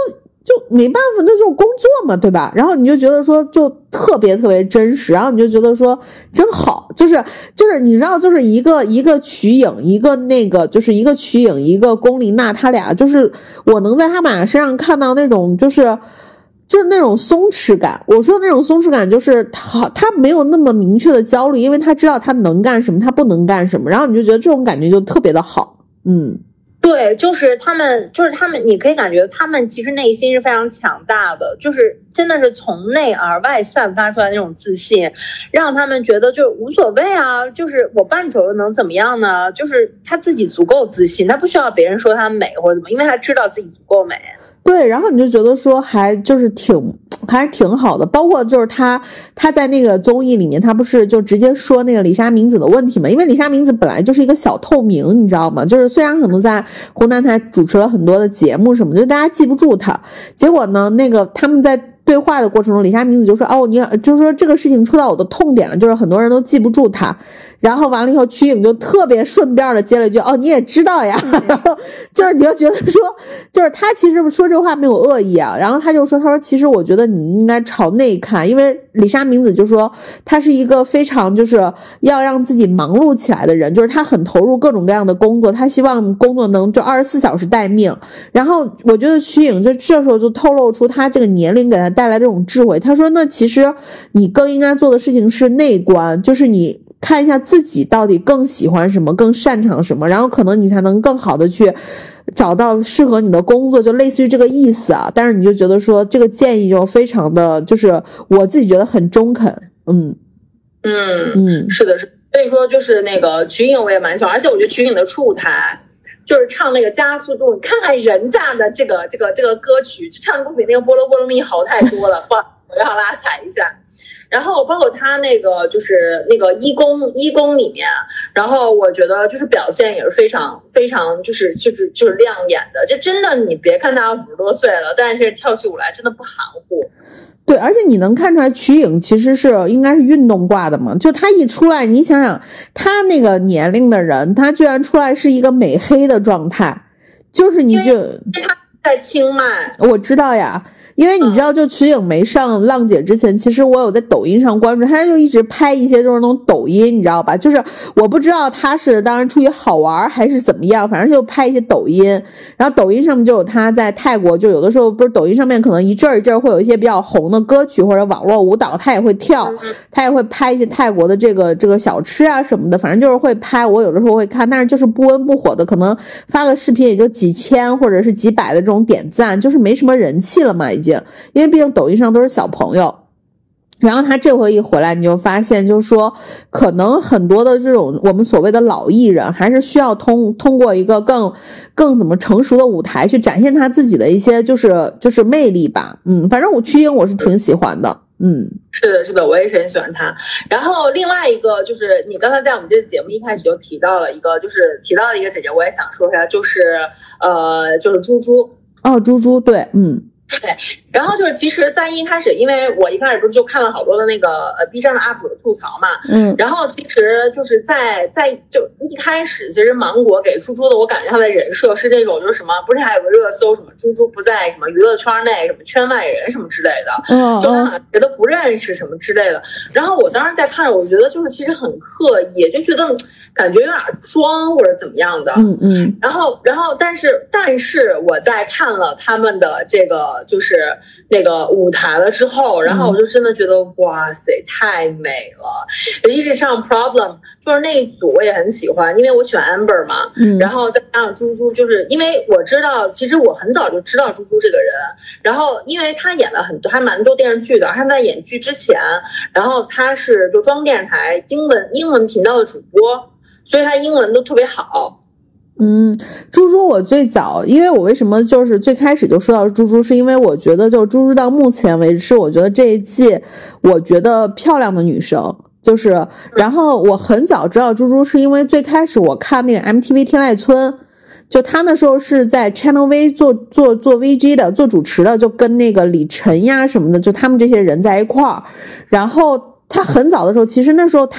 就没办法，那就是工作嘛，对吧？然后你就觉得说就特别特别真实，然后你就觉得说真好，就是就是你知道，就是一个一个瞿颖，一个那个就是一个瞿颖，一个龚琳娜，他俩就是我能在他们俩身上看到那种就是就是那种松弛感。我说的那种松弛感就是他他没有那么明确的焦虑，因为他知道他能干什么，他不能干什么，然后你就觉得这种感觉就特别的好。嗯。 对，就是他们，就是他们，你可以感觉他们其实内心是非常强大的，就是真的是从内而外散发出来那种自信，让他们觉得就无所谓啊，就是我扮丑又能怎么样呢？就是他自己足够自信，他不需要别人说他美或者怎么，因为他知道自己足够美。 对，然后你就觉得说还就是挺还是挺好的，包括就是他他在那个综艺里面，他不是就直接说那个李莎明子的问题嘛？因为李莎明子本来就是一个小透明，你知道吗？就是虽然可能在湖南台主持了很多的节目什么的，就大家记不住他。结果呢，那个他们在对话的过程中，李莎明子就说：“哦，你就是说这个事情戳到我的痛点了，就是很多人都记不住他。”然后完了以后，瞿颖就特别顺便的接了一句：“哦，你也知道呀。”然后就是你就觉得说，就是他其实说这话没有恶意啊。然后他就说：“他说其实我觉得你应该朝内看，因为李莎明子就说他是一个非常就是要让自己忙碌起来的人，就是他很投入各种各样的工作，他希望工作能就二十四小时待命。然后我觉得瞿颖就这时候就透露出他这个年龄给他带来这种智慧。他说，那其实你更应该做的事情是内观，就是你看一下自己到底更喜欢什么，更擅长什么，然后可能你才能更好的去找到适合你的工作，就类似于这个意思啊。但是你就觉得说这个建议就非常的，就是我自己觉得很中肯。嗯嗯嗯， 是的，是。所以说就是那个瞿颖我也蛮喜欢，而且我觉得瞿颖的出台就是唱那个加速度，你看看人家的这个这个这个歌曲，就唱的不比那个菠萝菠萝蜜好太多了，哇，我要拉踩一下。然后包括他那个就是那个一公一公里面，然后我觉得就是表现也是非常非常就是就是就是亮眼的，就真的你别看他五十多岁了，但是跳起舞来真的不含糊。 对，而且你能看出来瞿颖其实是应该是运动挂的嘛，就他一出来，你想想他那个年龄的人，他居然出来是一个美黑的状态，就是你就他在清迈， 我知道呀，因为你知道就瞿颖没上浪姐之前，其实我有在抖音上关注他，就一直拍一些就是那种抖音，你知道吧，就是我不知道他是当然出于好玩还是怎么样，反正就拍一些抖音，然后抖音上面就有他在泰国，就有的时候不是抖音上面可能一阵一阵会有一些比较红的歌曲或者网络舞蹈，他也会跳，他也会拍一些泰国的这个这个小吃啊什么的，反正就是会拍，我有的时候会看，但是就是不温不火的，可能发个视频也就几千或者是几百的这种点赞，就是没什么人气了嘛已经，因为毕竟抖音上都是小朋友。然后他这回一回来，你就发现就是说可能很多的这种我们所谓的老艺人还是需要通通过一个更更怎么成熟的舞台去展现他自己的一些就是就是魅力吧。嗯，反正我瞿颖我是挺喜欢的。嗯， 是的，是的，我也是很喜欢他。然后另外一个就是你刚才在我们这个节目一开始就提到了一个，就是提到了一个姐姐，我也想说一下，就是呃，就是猪猪。 哦，猪猪，对，嗯。 对，然后就是其实在一开始，因为我一开始不是就看了好多的那个呃 B 站的 U P 主的吐槽嘛， 嗯， 然后其实就是在在就一开始，其实芒果给猪猪的，我感觉他的人设是这种就是什么，不是还有个热搜什么猪猪不在什么娱乐圈内，什么圈外人什么之类的， 嗯， 就他好像谁都不认识什么之类的。然后我当时在看着，我觉得就是其实很刻意，就觉得感觉有点装或者怎么样的， 嗯嗯。 然后然后但是但是我在看了他们的这个就是那个舞台了之后，然后我就真的觉得、嗯、哇塞太美了。尤其是像 Problem 就是那一组我也很喜欢，因为我喜欢 Amber 嘛， 嗯， 然后再加上猪猪，就是因为我知道其实我很早就知道猪猪这个人，然后因为他演了很多还蛮多电视剧的，他在演剧之前，然后他是就中央电视台英文英文频道的主播，所以他英文都特别好。 嗯，猪猪我最早，因为我为什么就是最开始就说到猪猪，是因为我觉得就猪猪到目前为止是我觉得这一季我觉得漂亮的女生，就是然后我很早知道猪猪是因为最开始我看那个 M T V 天籁村，就他那时候是在 Channel V 做做做 V J 的，做主持的，就跟那个李晨呀什么的，就他们这些人在一块儿，然后他很早的时候，其实那时候他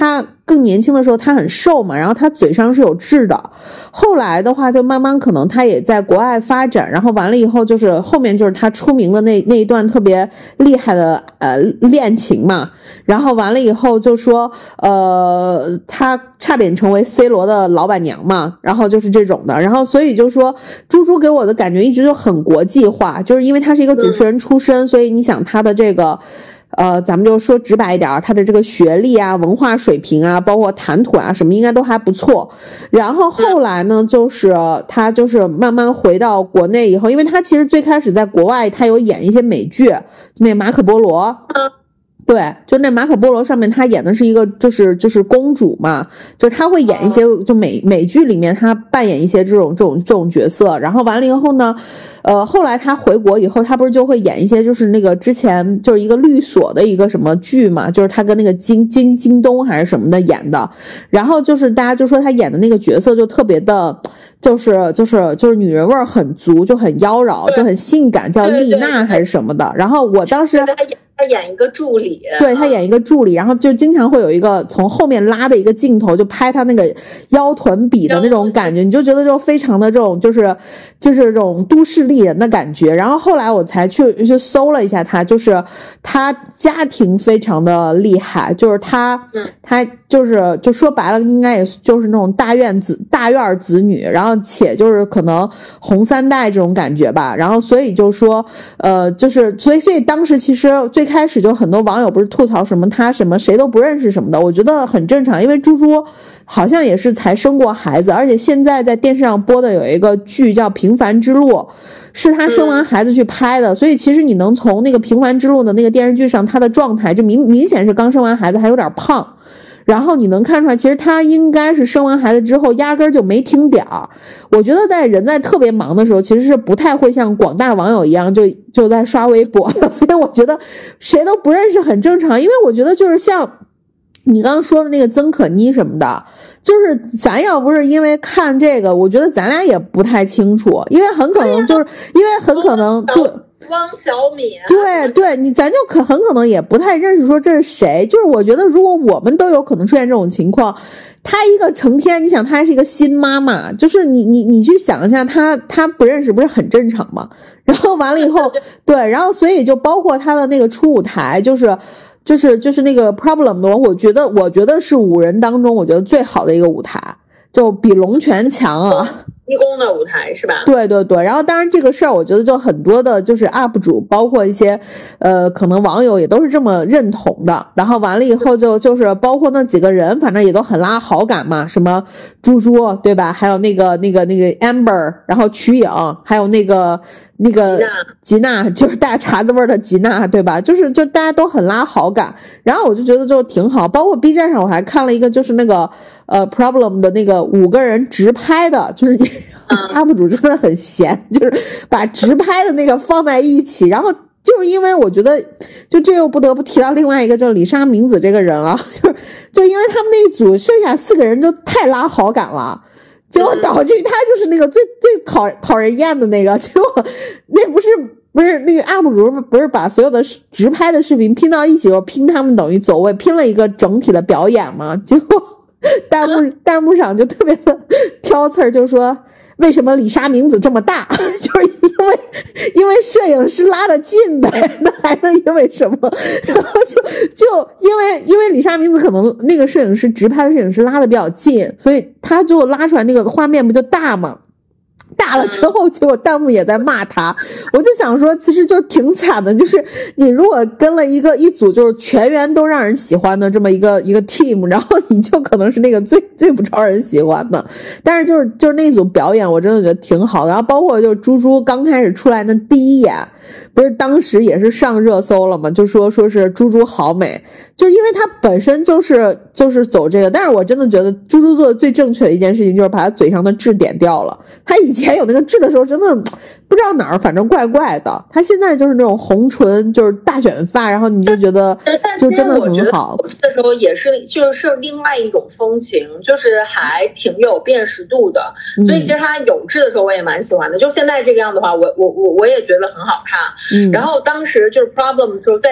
更年轻的时候她很瘦嘛，然后她嘴上是有痣的，后来的话就慢慢可能她也在国外发展，然后完了以后就是后面就是她出名的那那一段特别厉害的呃恋情嘛，然后完了以后就说呃她差点成为 C 罗的老板娘嘛，然后就是这种的，然后所以就说猪猪给我的感觉一直就很国际化，就是因为她是一个主持人出身，嗯、所以你想她的这个呃，咱们就说直白一点，他的这个学历啊、文化水平啊，包括谈吐啊什么，应该都还不错。然后后来呢，就是他就是慢慢回到国内以后，因为他其实最开始在国外，他有演一些美剧，那马可波罗。对，就那马可波罗上面，他演的是一个就是就是公主嘛，就他会演一些就美美剧里面他扮演一些这种这种这种角色，然后完了以后呢，呃，后来他回国以后，他不是就会演一些就是那个之前就是一个律所的一个什么剧嘛，就是他跟那个京京京东还是什么的演的，然后就是大家就说他演的那个角色就特别的，就是就是就是女人味很足，就很妖娆，就很性感，叫丽娜还是什么的，然后我当时。 他演一个助理， 对，他演一个助理，然后就经常会有一个从后面拉的一个镜头，就拍他那个腰臀比的那种感觉，你就觉得就非常的这种就是就是这种都市丽人的感觉。然后后来我才去就搜了一下他，就是他家庭非常的厉害，就是他他就是就说白了，应该也就是那种大院子大院子女，然后且就是可能红三代这种感觉吧。然后所以就说呃，就是所以所以当时其实最开始就很多网友不是吐槽什么他什么谁都不认识什么的，我觉得很正常，因为猪猪好像也是才生过孩子，而且现在在电视上播的有一个剧叫《平凡之路》，是他生完孩子去拍的，所以其实你能从那个《平凡之路》的那个电视剧上他的状态就明明显是刚生完孩子还有点胖，然后你能看出来其实他应该是生完孩子之后压根儿就没停点儿。我觉得在人在特别忙的时候其实是不太会像广大网友一样就就在刷微博的，所以我觉得谁都不认识很正常。因为我觉得就是像你刚刚说的那个曾可妮什么的，就是咱要不是因为看这个，我觉得咱俩也不太清楚，因为很可能就是因为很可能对汪小敏， 对对，你咱就可很可能也不太认识说这是谁。就是我觉得如果我们都有可能出现这种情况，她一个成天，你想她还是一个新妈妈，就是你你你去想一下，她她不认识不是很正常吗？然后完了以后，对，然后所以就包括她的那个初舞台，就是就是就是那个 problem 的，我觉得我觉得是五人当中我觉得最好的一个舞台，就比龙泉强啊。 一公的舞台是吧？ 对对对，然后当然这个事儿我觉得就很多的就是 U P 主包括一些呃可能网友也都是这么认同的，然后完了以后就就是包括那几个人反正也都很拉好感嘛，什么猪猪对吧，还有那个那个那个 Amber， 然后瞿颖，还有那个那个吉娜，就是大碴子味儿的吉娜对吧，就是就大家都很拉好感，然后我就觉得就挺好。包括 B 站上我还看了一个就是那个呃 Problem 的那个五个人直拍的，就是 U P 主真的很闲，就是把直拍的那个放在一起，然后就是因为我觉得就这又不得不提到另外一个叫李莎明子这个人啊，就是就因为他们那一组剩下四个人就太拉好感了，结果导致他就是那个最最讨讨人厌的那个，结果那不是不是那个 U P 主不是把所有的直拍的视频拼到一起，又拼他们等于走位，拼了一个整体的表演嘛，结果弹幕弹幕上就特别的挑刺儿，就说为什么李莎明子这么大，就是因为因为摄影师拉得近呗，那还能因为什么？然后就就因为因为李莎明子可能那个摄影师直拍的摄影师拉得比较近，所以他就拉出来那个画面不就大吗？大了之后，结果弹幕也在骂他，我就想说，其实就挺惨的，就是你如果跟了一个一组就是全员都让人喜欢的这么一个一个 team， 然后你就可能是那个最最不招人喜欢的。但是就是就是那组表演，我真的觉得挺好的。然后包括就是猪猪刚开始出来的第一眼，不是当时也是上热搜了吗？就说说是猪猪好美，就因为他本身就是就是走这个。但是我真的觉得猪猪做的最正确的一件事情就是把他嘴上的痣点掉了。他以前有那个痣的时候真的不知道哪儿，反正怪怪的。他现在就是那种红唇，就是大卷发，然后你就觉得就真的很好。 的时候也是就是另外一种风情，就是还挺有辨识度的。所以其实他有痣的时候我也蛮喜欢的，就现在这个样的话，我我我我也觉得很好看。嗯，然后当时就是 Problem 就在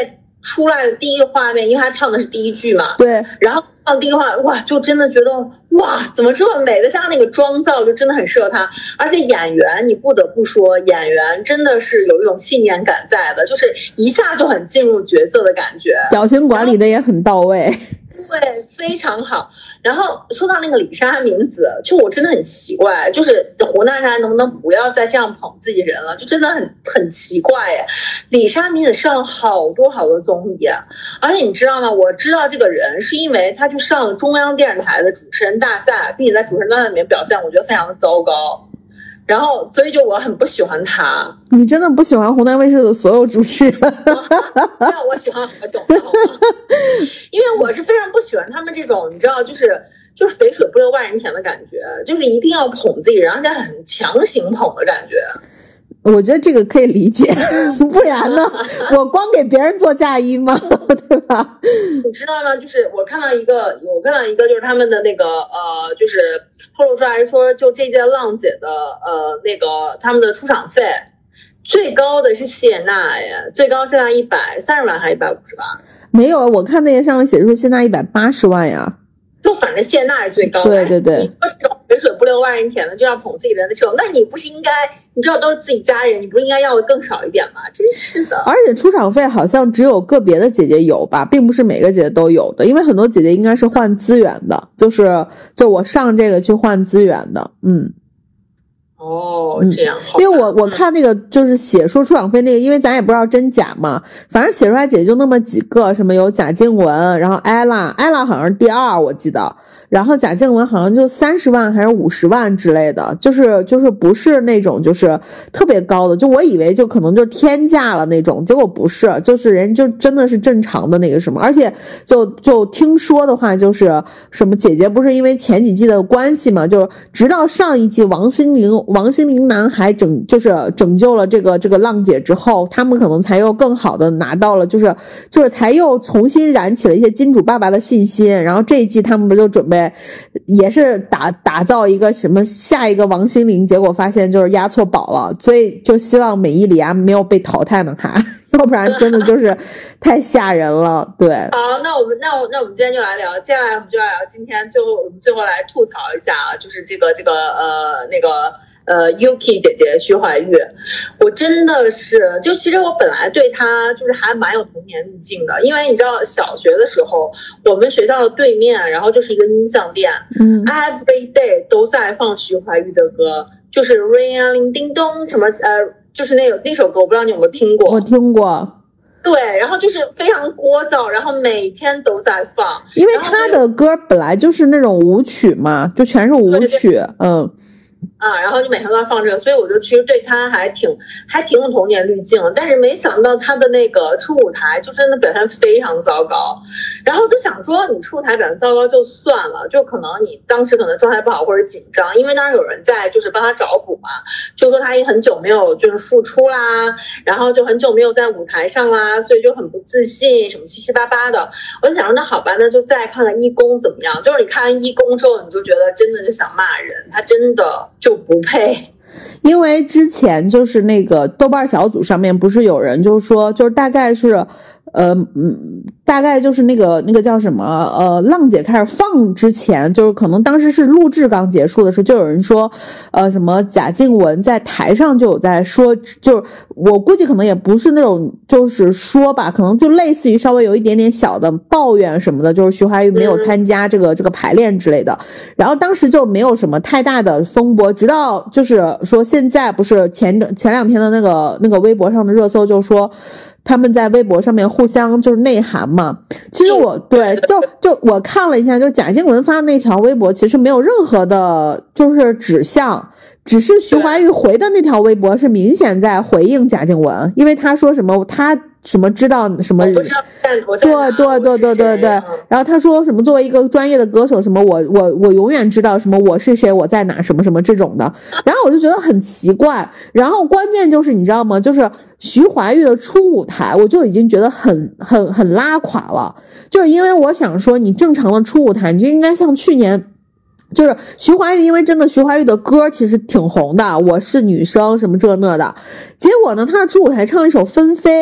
出来的第一个画面，因为他唱的是第一句嘛， 对， 然后唱第一个画面，哇，就真的觉得哇，怎么这么美的，像那个妆造就真的很适合他，而且演员你不得不说，演员真的是有一种信念感在的，就是一下就很进入角色的感觉， 表情管理的也很到位， 对，非常好。然后说到那个李莎民子，就我真的很奇怪，就是胡娜莎能不能不要再这样捧自己人了，就真的很很奇怪耶。李莎民子上了好多好多综艺，而且你知道吗？我知道这个人是因为他去上了中央电视台的主持人大赛，并且在主持人大赛里面表现，我觉得非常的糟糕。然后，所以就我很不喜欢他。 你真的不喜欢湖南卫视的所有主持人？ 那我喜欢何炅了，好吗？因为我是非常不喜欢他们这种，你知道，就是就是肥水不流外人田的感觉，就是一定要捧自己人，而且很强行捧的感觉。 我觉得这个可以理解，不然呢，我光给别人做嫁衣吗？对吧？ 你知道吗？就是我看到一个，我看到一个，就是他们的那个呃，就是透露出来说，就这届浪姐的呃那个他们的出场费最高的是谢娜耶，最高谢娜一百三十万还是一百五十万？ 没有，我看那些上面写出谢娜一百八十万呀。 就反正谢娜是最高的， 对对对。 你说这种肥水不流外人田的，就要捧自己人的这种，那你不是应该，你知道都是自己家人，你不是应该要的更少一点吗？真是的。 而且出场费好像只有个别的姐姐有吧，并不是每个姐姐都有的，因为很多姐姐应该是换资源的，就是就我上这个去换资源的，嗯。 哦，这样， 因为我我看那个就是写说出场费那个，因为咱也不知道真假嘛，反正写出来姐姐就那么几个，什么有贾静雯，然后艾拉，艾拉好像是第二我记得，然后贾静雯好像就三十万还是五十万之类的，就是就是不是那种就是特别高的，就我以为就可能就天价了那种，结果不是，就是人就真的是正常的那个什么，而且就就听说的话就是什么姐姐不是因为前几季的关系嘛，就直到上一季王心凌。王心凌男孩拯就是拯救了这个这个浪姐之后，他们可能才又更好的拿到了，就是就是才又重新燃起了一些金主爸爸的信心。然后这一季他们不就准备也是打打造一个什么下一个王心凌，结果发现就是押错宝了，所以就希望美伊里亚没有被淘汰呢，还要不然真的就是太吓人了。对， 好，那我们那我那我们今天就来聊，接下来我们就要聊今天最后我们最后来吐槽一下啊，就是这个这个呃那个。呃 Yuki 姐姐徐怀钰，我真的是就其实我本来对她就是还蛮有童年滤镜的，因为你知道小学的时候我们学校的对面然后就是一个音像店， 嗯 every day 都在放徐怀钰的歌，就是 Ring 叮咚什么呃就是那个那首歌我不知道你有没有听过。 我听过。 对，然后就是非常聒噪，然后每天都在放， 因为他的歌本来就是那种舞曲嘛，就全是舞曲。对对对，嗯啊，然后就每天都要放这个，所以我就其实对他还挺还挺有童年滤镜，但是没想到他的那个初舞台就真的表现非常糟糕，然后就想说你初舞台表现糟糕就算了，就可能你当时可能状态不好或者紧张，因为当时有人在就是帮他找补嘛，就说他也很久没有就是复出啦，然后就很久没有在舞台上啦，所以就很不自信什么七七八八的，我就想说那好吧，那就再看看一公怎么样，就是你看完一公之后你就觉得真的就想骂人，他真的就不配。 因为之前就是那个豆瓣小组上面不是有人就是说就是大概是呃嗯大概就是那个那个叫什么呃浪姐开始放之前，就是可能当时是录制刚结束的时候，就有人说呃什么贾静雯在台上就有在说，就是我估计可能也不是那种就是说吧，可能就类似于稍微有一点点小的抱怨什么的，就是徐怀钰没有参加这个这个排练之类的，然后当时就没有什么太大的风波，直到就是说现在不是前前两天的那个那个微博上的热搜就说他们在微博上面互相就是内涵嘛，其实我对就就我看了一下，就贾静雯发那条微博其实没有任何的就是指向，只是徐怀钰回的那条微博是明显在回应贾静雯，因为他说什么他什么知道什么， 我知道我对对对对对对，然后他说什么作为一个专业的歌手什么我我我永远知道什么我是谁我在哪什么什么这种的，然后我就觉得很奇怪，然后关键就是你知道吗，就是徐怀钰的初舞台我就已经觉得很很很拉垮了，就是因为我想说你正常的初舞台你就应该像去年就是徐怀钰，因为真的徐怀钰的歌其实挺红的，我是女生什么这那的，结果呢她的初舞台唱了一首纷飞，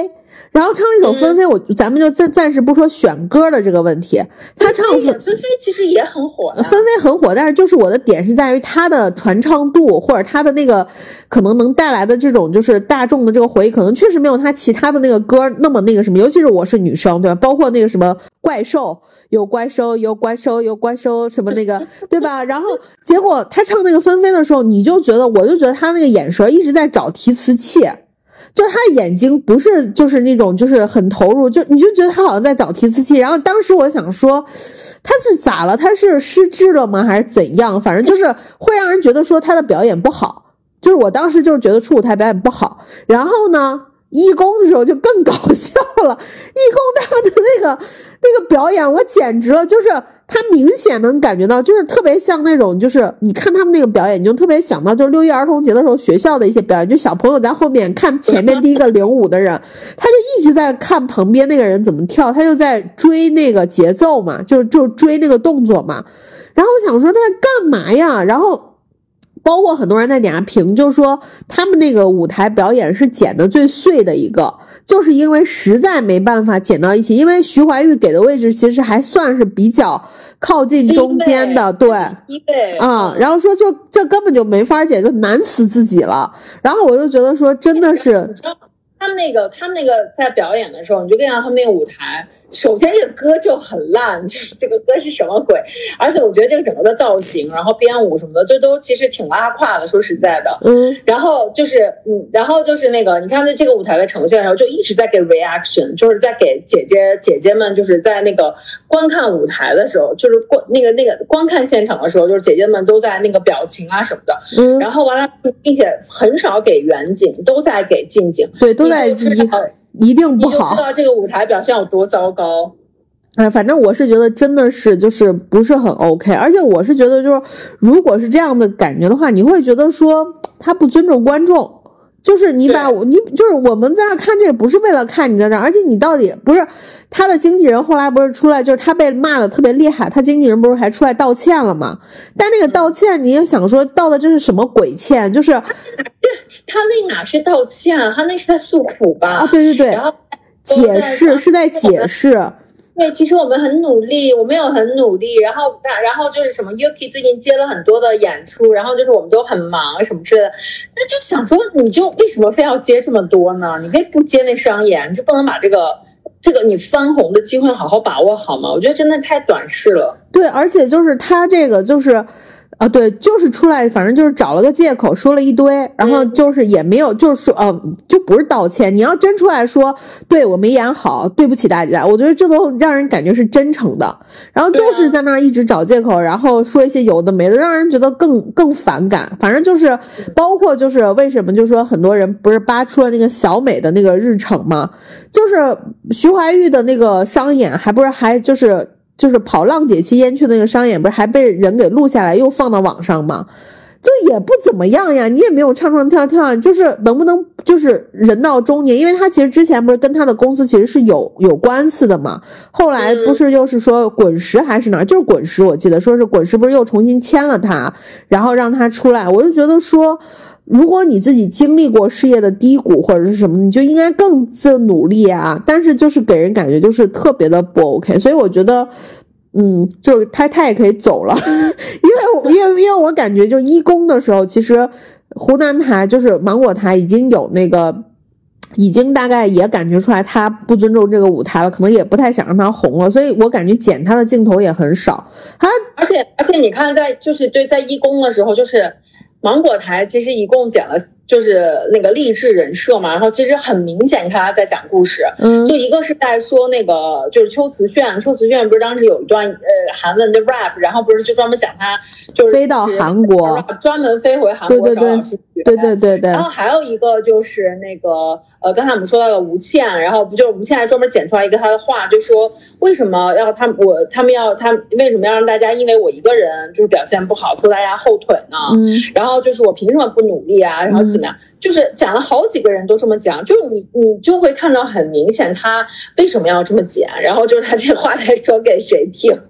然后唱了一首纷飞，我咱们就暂暂时不说选歌的这个问题，他唱纷纷飞其实也很火， 纷飞很火，但是就是我的点是在于他的传唱度或者他的那个可能能带来的这种就是大众的这个回忆，可能确实没有他其他的那个歌那么那个什么，尤其是我是女生，对吧？包括那个什么怪兽，有怪兽有怪兽有怪兽什么那个，对吧？然后结果他唱那个纷飞的时候，你就觉得我就觉得他那个眼神一直在找提词器。就是他眼睛不是就是那种就是很投入，就你就觉得他好像在找提词器。然后当时我想说他是咋了，他是失智了吗还是怎样，反正就是会让人觉得说他的表演不好，就是我当时就是觉得初舞台表演不好。然后呢义工的时候就更搞笑了，义工他们的那个那个表演我简直了，就是他明显能感觉到就是特别像那种就是你看他们那个表演你就特别想到就是六一儿童节的时候学校的一些表演，就小朋友在后面看前面第一个领舞的人他就一直在看旁边那个人怎么跳，他就在追那个节奏嘛，就就追那个动作嘛。然后我想说他在干嘛呀，然后包括很多人在底下评就说他们那个舞台表演是剪的最碎的一个，就是因为实在没办法剪到一起，因为徐怀钰给的位置其实还算是比较靠近中间的，对，啊、嗯，然后说就这根本就没法剪，就难死自己了。然后我就觉得说真的是他们那个他们那个在表演的时候，你就跟上他们那个舞台，首先这个歌就很烂，就是这个歌是什么鬼，而且我觉得这个整个的造型然后编舞什么的这都其实挺拉胯的，说实在的。 嗯， 然后就是嗯，然后就是那个你看这个舞台的呈现的时候就一直在给 reaction， 就是在给姐姐姐姐们就是在那个观看舞台的时候，就是观那个那个观看现场的时候，就是姐姐们都在那个表情啊什么的。 嗯， 然后完了并且很少给远景，都在给近景， 对，都在一定不好， 你就知道这个舞台表现有多糟糕。 哎，反正我是觉得真的是就是不是很 OK， 而且我是觉得就是如果是这样的感觉的话，你会觉得说他不尊重观众，就是你把你就是我们在那看这个不是为了看你在那，而且你到底不是他的经纪人后来不是出来就是他被骂的特别厉害，他经纪人不是还出来道歉了吗？但那个道歉你也想说道的这是什么鬼歉，就是他那哪是道歉，他那是在诉苦吧？ 啊，对对对， 然后解释是在解释。 对，其实我们很努力，我们有很努力，然后然后就是什么 Yuki 最近接了很多的演出，然后就是我们都很忙什么之类的，那就想说你就为什么非要接这么多呢？你可以不接那商演，你就不能把这个这个你翻红的机会好好把握好吗？我觉得真的太短视了。 对，而且就是他这个就是啊，对，就是出来，反正就是找了个借口说了一堆，然后就是也没有，就是说，呃，就不是道歉。你要真出来说，对我没演好，对不起大家，我觉得这都让人感觉是真诚的。然后就是在那儿一直找借口，然后说一些有的没的，让人觉得更更反感。反正就是包括就是为什么就说很多人不是扒出了那个小美的那个日程嘛，就是徐怀钰的那个商演，还不是还就是。就是跑浪姐期间去那个商演，不是还被人给录下来又放到网上吗？就也不怎么样呀，你也没有唱唱跳跳，就是能不能就是人到中年，因为他其实之前不是跟他的公司其实是有有官司的嘛，后来不是又是说滚石还是哪儿，就是滚石，我记得说是滚石不是又重新签了他，然后让他出来，我就觉得说如果你自己经历过事业的低谷或者是什么，你就应该更自努力啊，但是就是给人感觉就是特别的不 OK， 所以我觉得嗯，就是他他也可以走了，因为因为因为我感觉就一公的时候，其实湖南台就是芒果台已经有那个，已经大概也感觉出来他不尊重这个舞台了，可能也不太想让他红了，所以我感觉剪他的镜头也很少。他而且而且你看在就是对在一公的时候，就是芒果台其实一共剪了就是那个励志人设嘛，然后其实很明显看他在讲故事， 嗯， 就一个是在说那个就是秋瓷炫，秋瓷炫不是当时有一段呃韩文的 rap， 然后不是就专门讲他就是飞到韩国， 专门飞回韩国找老师学， 对对对对。 然后还有一个就是那个呃刚才我们说到的吴倩，然后不就是吴倩还专门剪出来一个他的话，就说为什么要他我他们要他为什么要让大家因为我一个人就是表现不好拖大家后腿呢？嗯，然后就是我凭什么不努力啊？然后怎么样？嗯，就是讲了好几个人都这么讲，就是你你就会看到很明显他为什么要这么剪，然后就是他这话在说给谁听。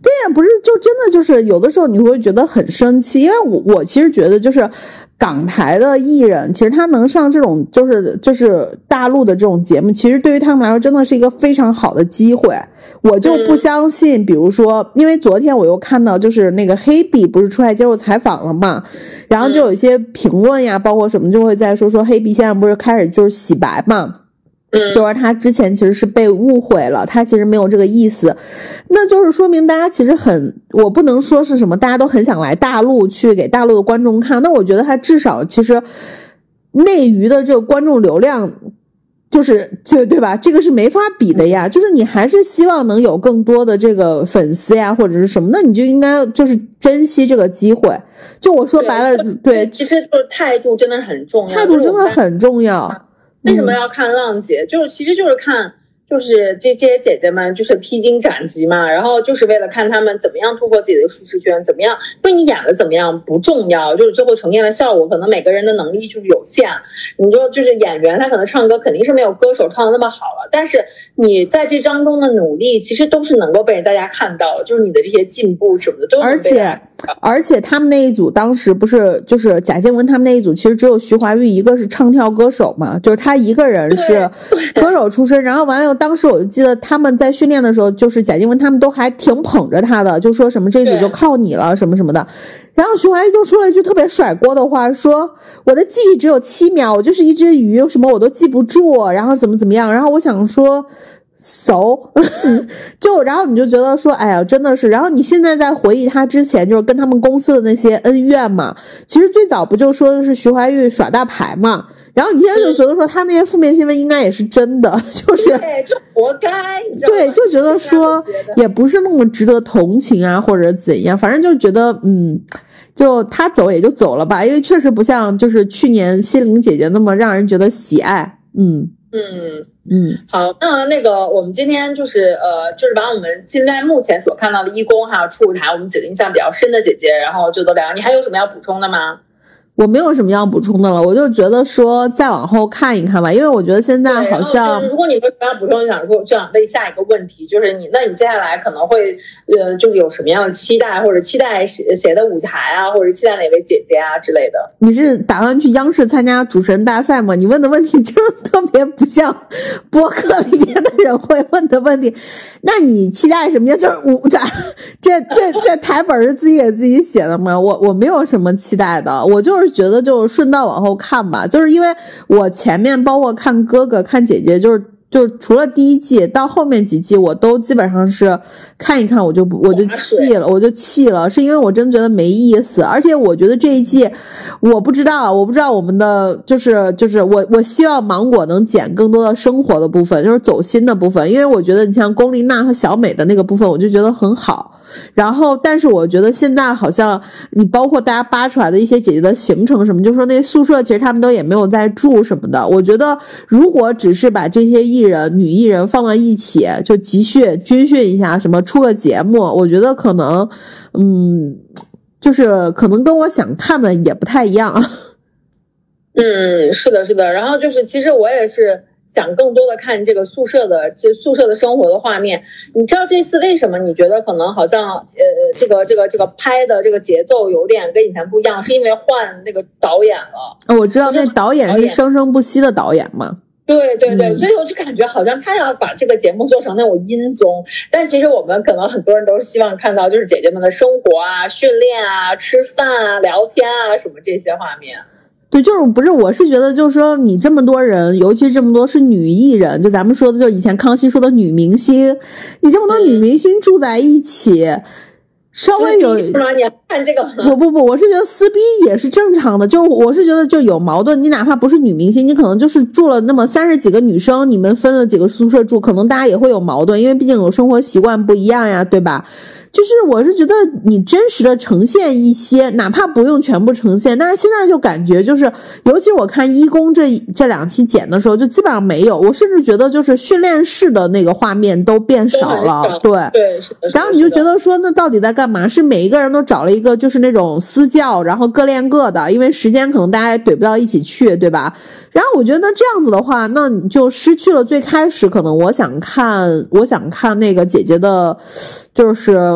对呀、啊，不是，就真的就是有的时候你会觉得很生气，因为我我其实觉得就是港台的艺人，其实他能上这种就是就是大陆的这种节目，其实对于他们来说真的是一个非常好的机会。我就不相信，嗯、比如说，因为昨天我又看到就是那个黑比不是出来接受采访了嘛，然后就有一些评论呀，包括什么就会在说说黑比现在不是开始就是洗白嘛。就是他之前其实是被误会了，他其实没有这个意思，那就是说明大家其实很，我不能说是什么大家都很想来大陆去给大陆的观众看，那我觉得他至少其实内娱的这个观众流量就是对对吧，这个是没法比的呀，就是你还是希望能有更多的这个粉丝呀或者是什么，那你就应该就是珍惜这个机会，就我说白了， 对, 对其实就是态度真的很重要， 态度真的很重要。 为什么要看浪姐？就是其实就是看，就是这这些姐姐们就是披荆斩棘嘛，然后就是为了看她们怎么样突破自己的舒适圈，怎么样，就是你演的怎么样不重要，就是最后呈现的效果，可能每个人的能力就是有限。你就就是演员，他可能唱歌肯定是没有歌手唱的那么好了，但是你在这当中的努力，其实都是能够被大家看到的，就是你的这些进步什么的都能被大家看到。 而且而且他们那一组当时不是就是贾静雯他们那一组，其实只有徐怀钰一个是唱跳歌手嘛，就是他一个人是歌手出身，然后完了以后，当时我就记得他们在训练的时候，就是贾静雯他们都还挺捧着他的，就说什么这一组就靠你了什么什么的。然后徐怀钰就说了一句特别甩锅的话，说我的记忆只有七秒，我就是一只鱼，什么我都记不住，然后怎么怎么样。然后我想说熟就然后你就觉得说哎呀真的是，然后你现在在回忆他之前就是跟他们公司的那些恩怨嘛，其实最早不就说的是徐怀钰耍大牌嘛，然后你现在就觉得说他那些负面新闻应该也是真的，就是对，就活该，你知道吗？ 对，就觉得说也不是那么值得同情啊，或者怎样，反正就觉得嗯，就他走也就走了吧，因为确实不像就是去年心灵姐姐那么让人觉得喜爱。嗯嗯嗯， 好，那那个我们今天就是呃，就是把我们现在目前所看到的一公还有初舞台我们几个印象比较深的姐姐，然后就都聊。你还有什么要补充的吗？ 我没有什么要补充的了，我就觉得说再往后看一看吧，因为我觉得现在好像， 如果你没有什么要补充，就想说就想问下一个问题，就是你那你接下来可能会呃，就是有什么样的期待，或者期待谁谁的舞台啊，或者期待哪位姐姐啊之类的？ 你是打算去央视参加主持人大赛吗？你问的问题真的特别不像播客里面的人会问的问题。那你期待什么呀？就是舞台，这这这台本是自己给自己写的吗？我我没有什么期待的，我就是觉得就顺道往后看吧，就是因为我前面包括看哥哥看姐姐，就是就除了第一季到后面几季我都基本上是看一看我就我就气了我就气了，是因为我真觉得没意思，而且我觉得这一季我不知道我不知道我们的就是就是我我希望芒果能剪更多的生活的部分，就是走心的部分，因为我觉得你像龚琳娜和小美的那个部分我就觉得很好，然后但是我觉得现在好像你包括大家扒出来的一些姐姐的行程什么，就说那宿舍其实他们都也没有在住什么的，我觉得如果只是把这些艺人女艺人放在一起就集训军训一下什么出个节目，我觉得可能嗯就是可能跟我想看的也不太一样。 嗯，是的是的，然后就是其实我也是想更多的看这个宿舍的这宿舍的生活的画面。你知道这次为什么你觉得可能好像呃这个这个这个拍的这个节奏有点跟以前不一样，是因为换那个导演了。 哦，我知道那导演是生生不息的导演嘛。 对对对、嗯、所以我就感觉好像他要把这个节目做成那种音综，但其实我们可能很多人都是希望看到就是姐姐们的生活啊、训练啊、吃饭啊、聊天啊什么这些画面。 对，就是不是，我是觉得就是说你这么多人，尤其这么多是女艺人，就咱们说的就以前康熙说的女明星，你这么多女明星住在一起、嗯、稍微有是吗？你看这个不不不，我是觉得撕逼也是正常的，就我是觉得就有矛盾，你哪怕不是女明星，你可能就是住了那么三十几个女生，你们分了几个宿舍住，可能大家也会有矛盾，因为毕竟有生活习惯不一样呀，对吧？就是我是觉得你真实的呈现一些，哪怕不用全部呈现，但是现在就感觉就是，尤其我看一公这这两期剪的时候，就基本上没有，我甚至觉得就是训练室的那个画面都变少了，对对。 然后你就觉得说，那到底在干嘛？是每一个人都找了一个就是那种私教，然后各练各的，因为时间可能大家也怼不到一起去，对吧？然后我觉得那这样子的话，那你就失去了最开始可能我想看，我想看那个姐姐的，就是。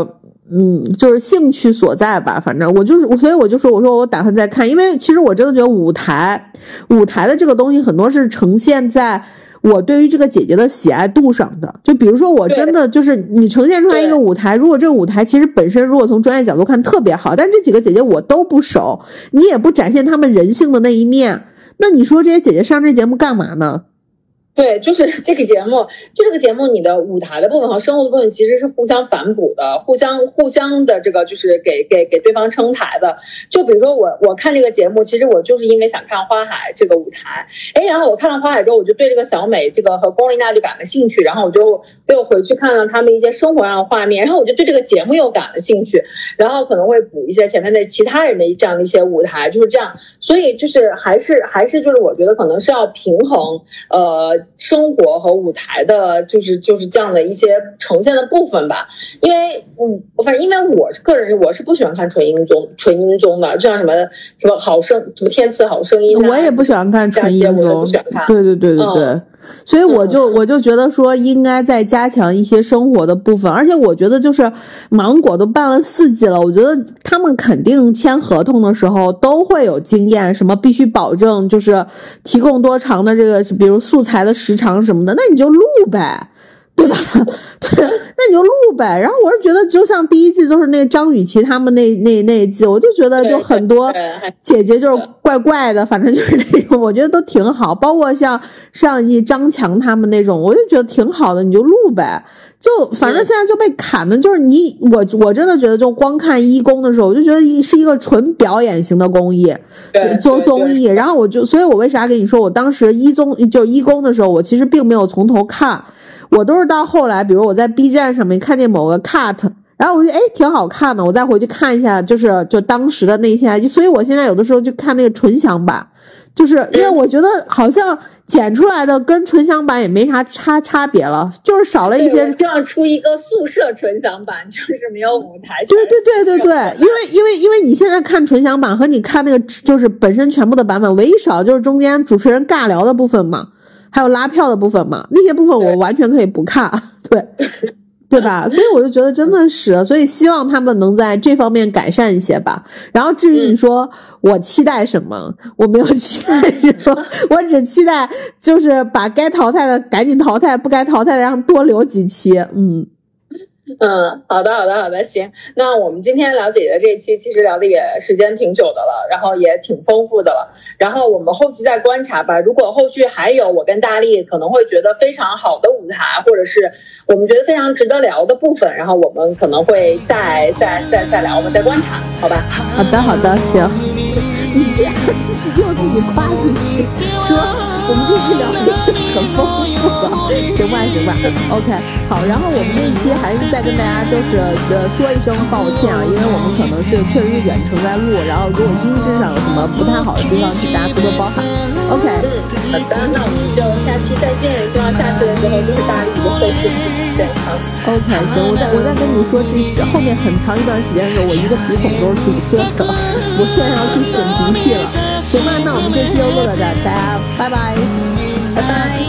嗯，就是兴趣所在吧，反正我就是，所以我就说，我说我打算再看，因为其实我真的觉得舞台，舞台的这个东西很多是呈现在我对于这个姐姐的喜爱度上的。就比如说，我真的就是你呈现出来一个舞台，如果这个舞台其实本身如果从专业角度看特别好，但这几个姐姐我都不熟，你也不展现她们人性的那一面，那你说这些姐姐上这节目干嘛呢？ 对，就是这个节目，就这个节目，你的舞台的部分和生活的部分其实是互相反哺的，互相互相的这个就是给给给对方撑台的。就比如说我我看这个节目，其实我就是因为想看花海这个舞台，哎，然后我看了花海之后，我就对这个小美这个和龚琳娜就感了兴趣，然后我就又回去看了他们一些生活上的画面，然后我就对这个节目又感了兴趣，然后可能会补一些前面的其他人的这样的一些舞台，就是这样。所以就是还是还是就是我觉得可能是要平衡呃。生活和舞台的就是就是这样的一些呈现的部分吧。因为嗯反正因为我个人我是不喜欢看纯音综纯音综的，就像什么什么好声什么天赐好声音、啊、 我也不喜欢看纯音综，对对对对对、嗯，所以我就我就觉得说应该再加强一些生活的部分。而且我觉得就是芒果都办了四季了，我觉得他们肯定签合同的时候都会有经验，什么必须保证就是提供多长的这个比如素材的时长什么的，那你就录呗，对吧？对，那你就录呗。然后我是觉得就像第一季就是那张雨绮他们那那那一季，我就觉得就很多姐姐就是怪怪的，反正就是那种我觉得都挺好。包括像上一季张强他们那种，我就觉得挺好的，你就录呗。就反正现在就被砍的就是你我我真的觉得就光看一公的时候，我就觉得是一个纯表演型的公益，做综艺。然后我就所以我为啥跟你说我当时一综就一公的时候，我其实并没有从头看，我都是到后来比如我在 B 站上面看见某个 cut， 然后我就哎挺好看的，我再回去看一下就是就当时的那些。所以我现在有的时候就看那个纯享版，就是因为我觉得好像剪出来的跟纯享版也没啥差差别了，就是少了一些。 这样出一个宿舍纯享版，就是没有舞台。 对对对对对，因为因为因为你现在看纯享版和你看那个就是本身全部的版本，唯一少就是中间主持人尬聊的部分嘛，还有拉票的部分嘛，那些部分我完全可以不看，对。对吧？所以我就觉得真的是，所以希望他们能在这方面改善一些吧。然后至于你说我期待什么，我没有期待什么，我只期待就是把该淘汰的赶紧淘汰，不该淘汰的让多留几期。嗯嗯，好的好的好的，行。那我们今天了解的这一期其实聊的也时间挺久的了，然后也挺丰富的了。然后我们后续再观察吧，如果后续还有我跟大力可能会觉得非常好的舞台，或者是我们觉得非常值得聊的部分，然后我们可能会再再再再聊，我们再观察，好吧？ 好的好的，行。你这样自己又自己夸自己，说我们这期聊的是很丰富的，行吧行吧 ，OK， 好。然后我们这一期还是再跟大家就是呃说一声抱歉啊，因为我们可能是确实是远程在录，然后如果音质上有什么不太好的地方，请大家多多包涵。OK， 嗯，好的，那我们就下期再见，希望下期的时候就是大力就恢复身体健康。 OK， 行，我再我再跟你说，这后面很长一段时间的时候，我一个鼻孔都是堵塞的，我现在要去擤鼻涕了。行吧，那我们这期就录到这儿，大家拜拜， 拜拜。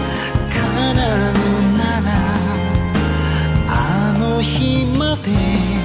あの日まで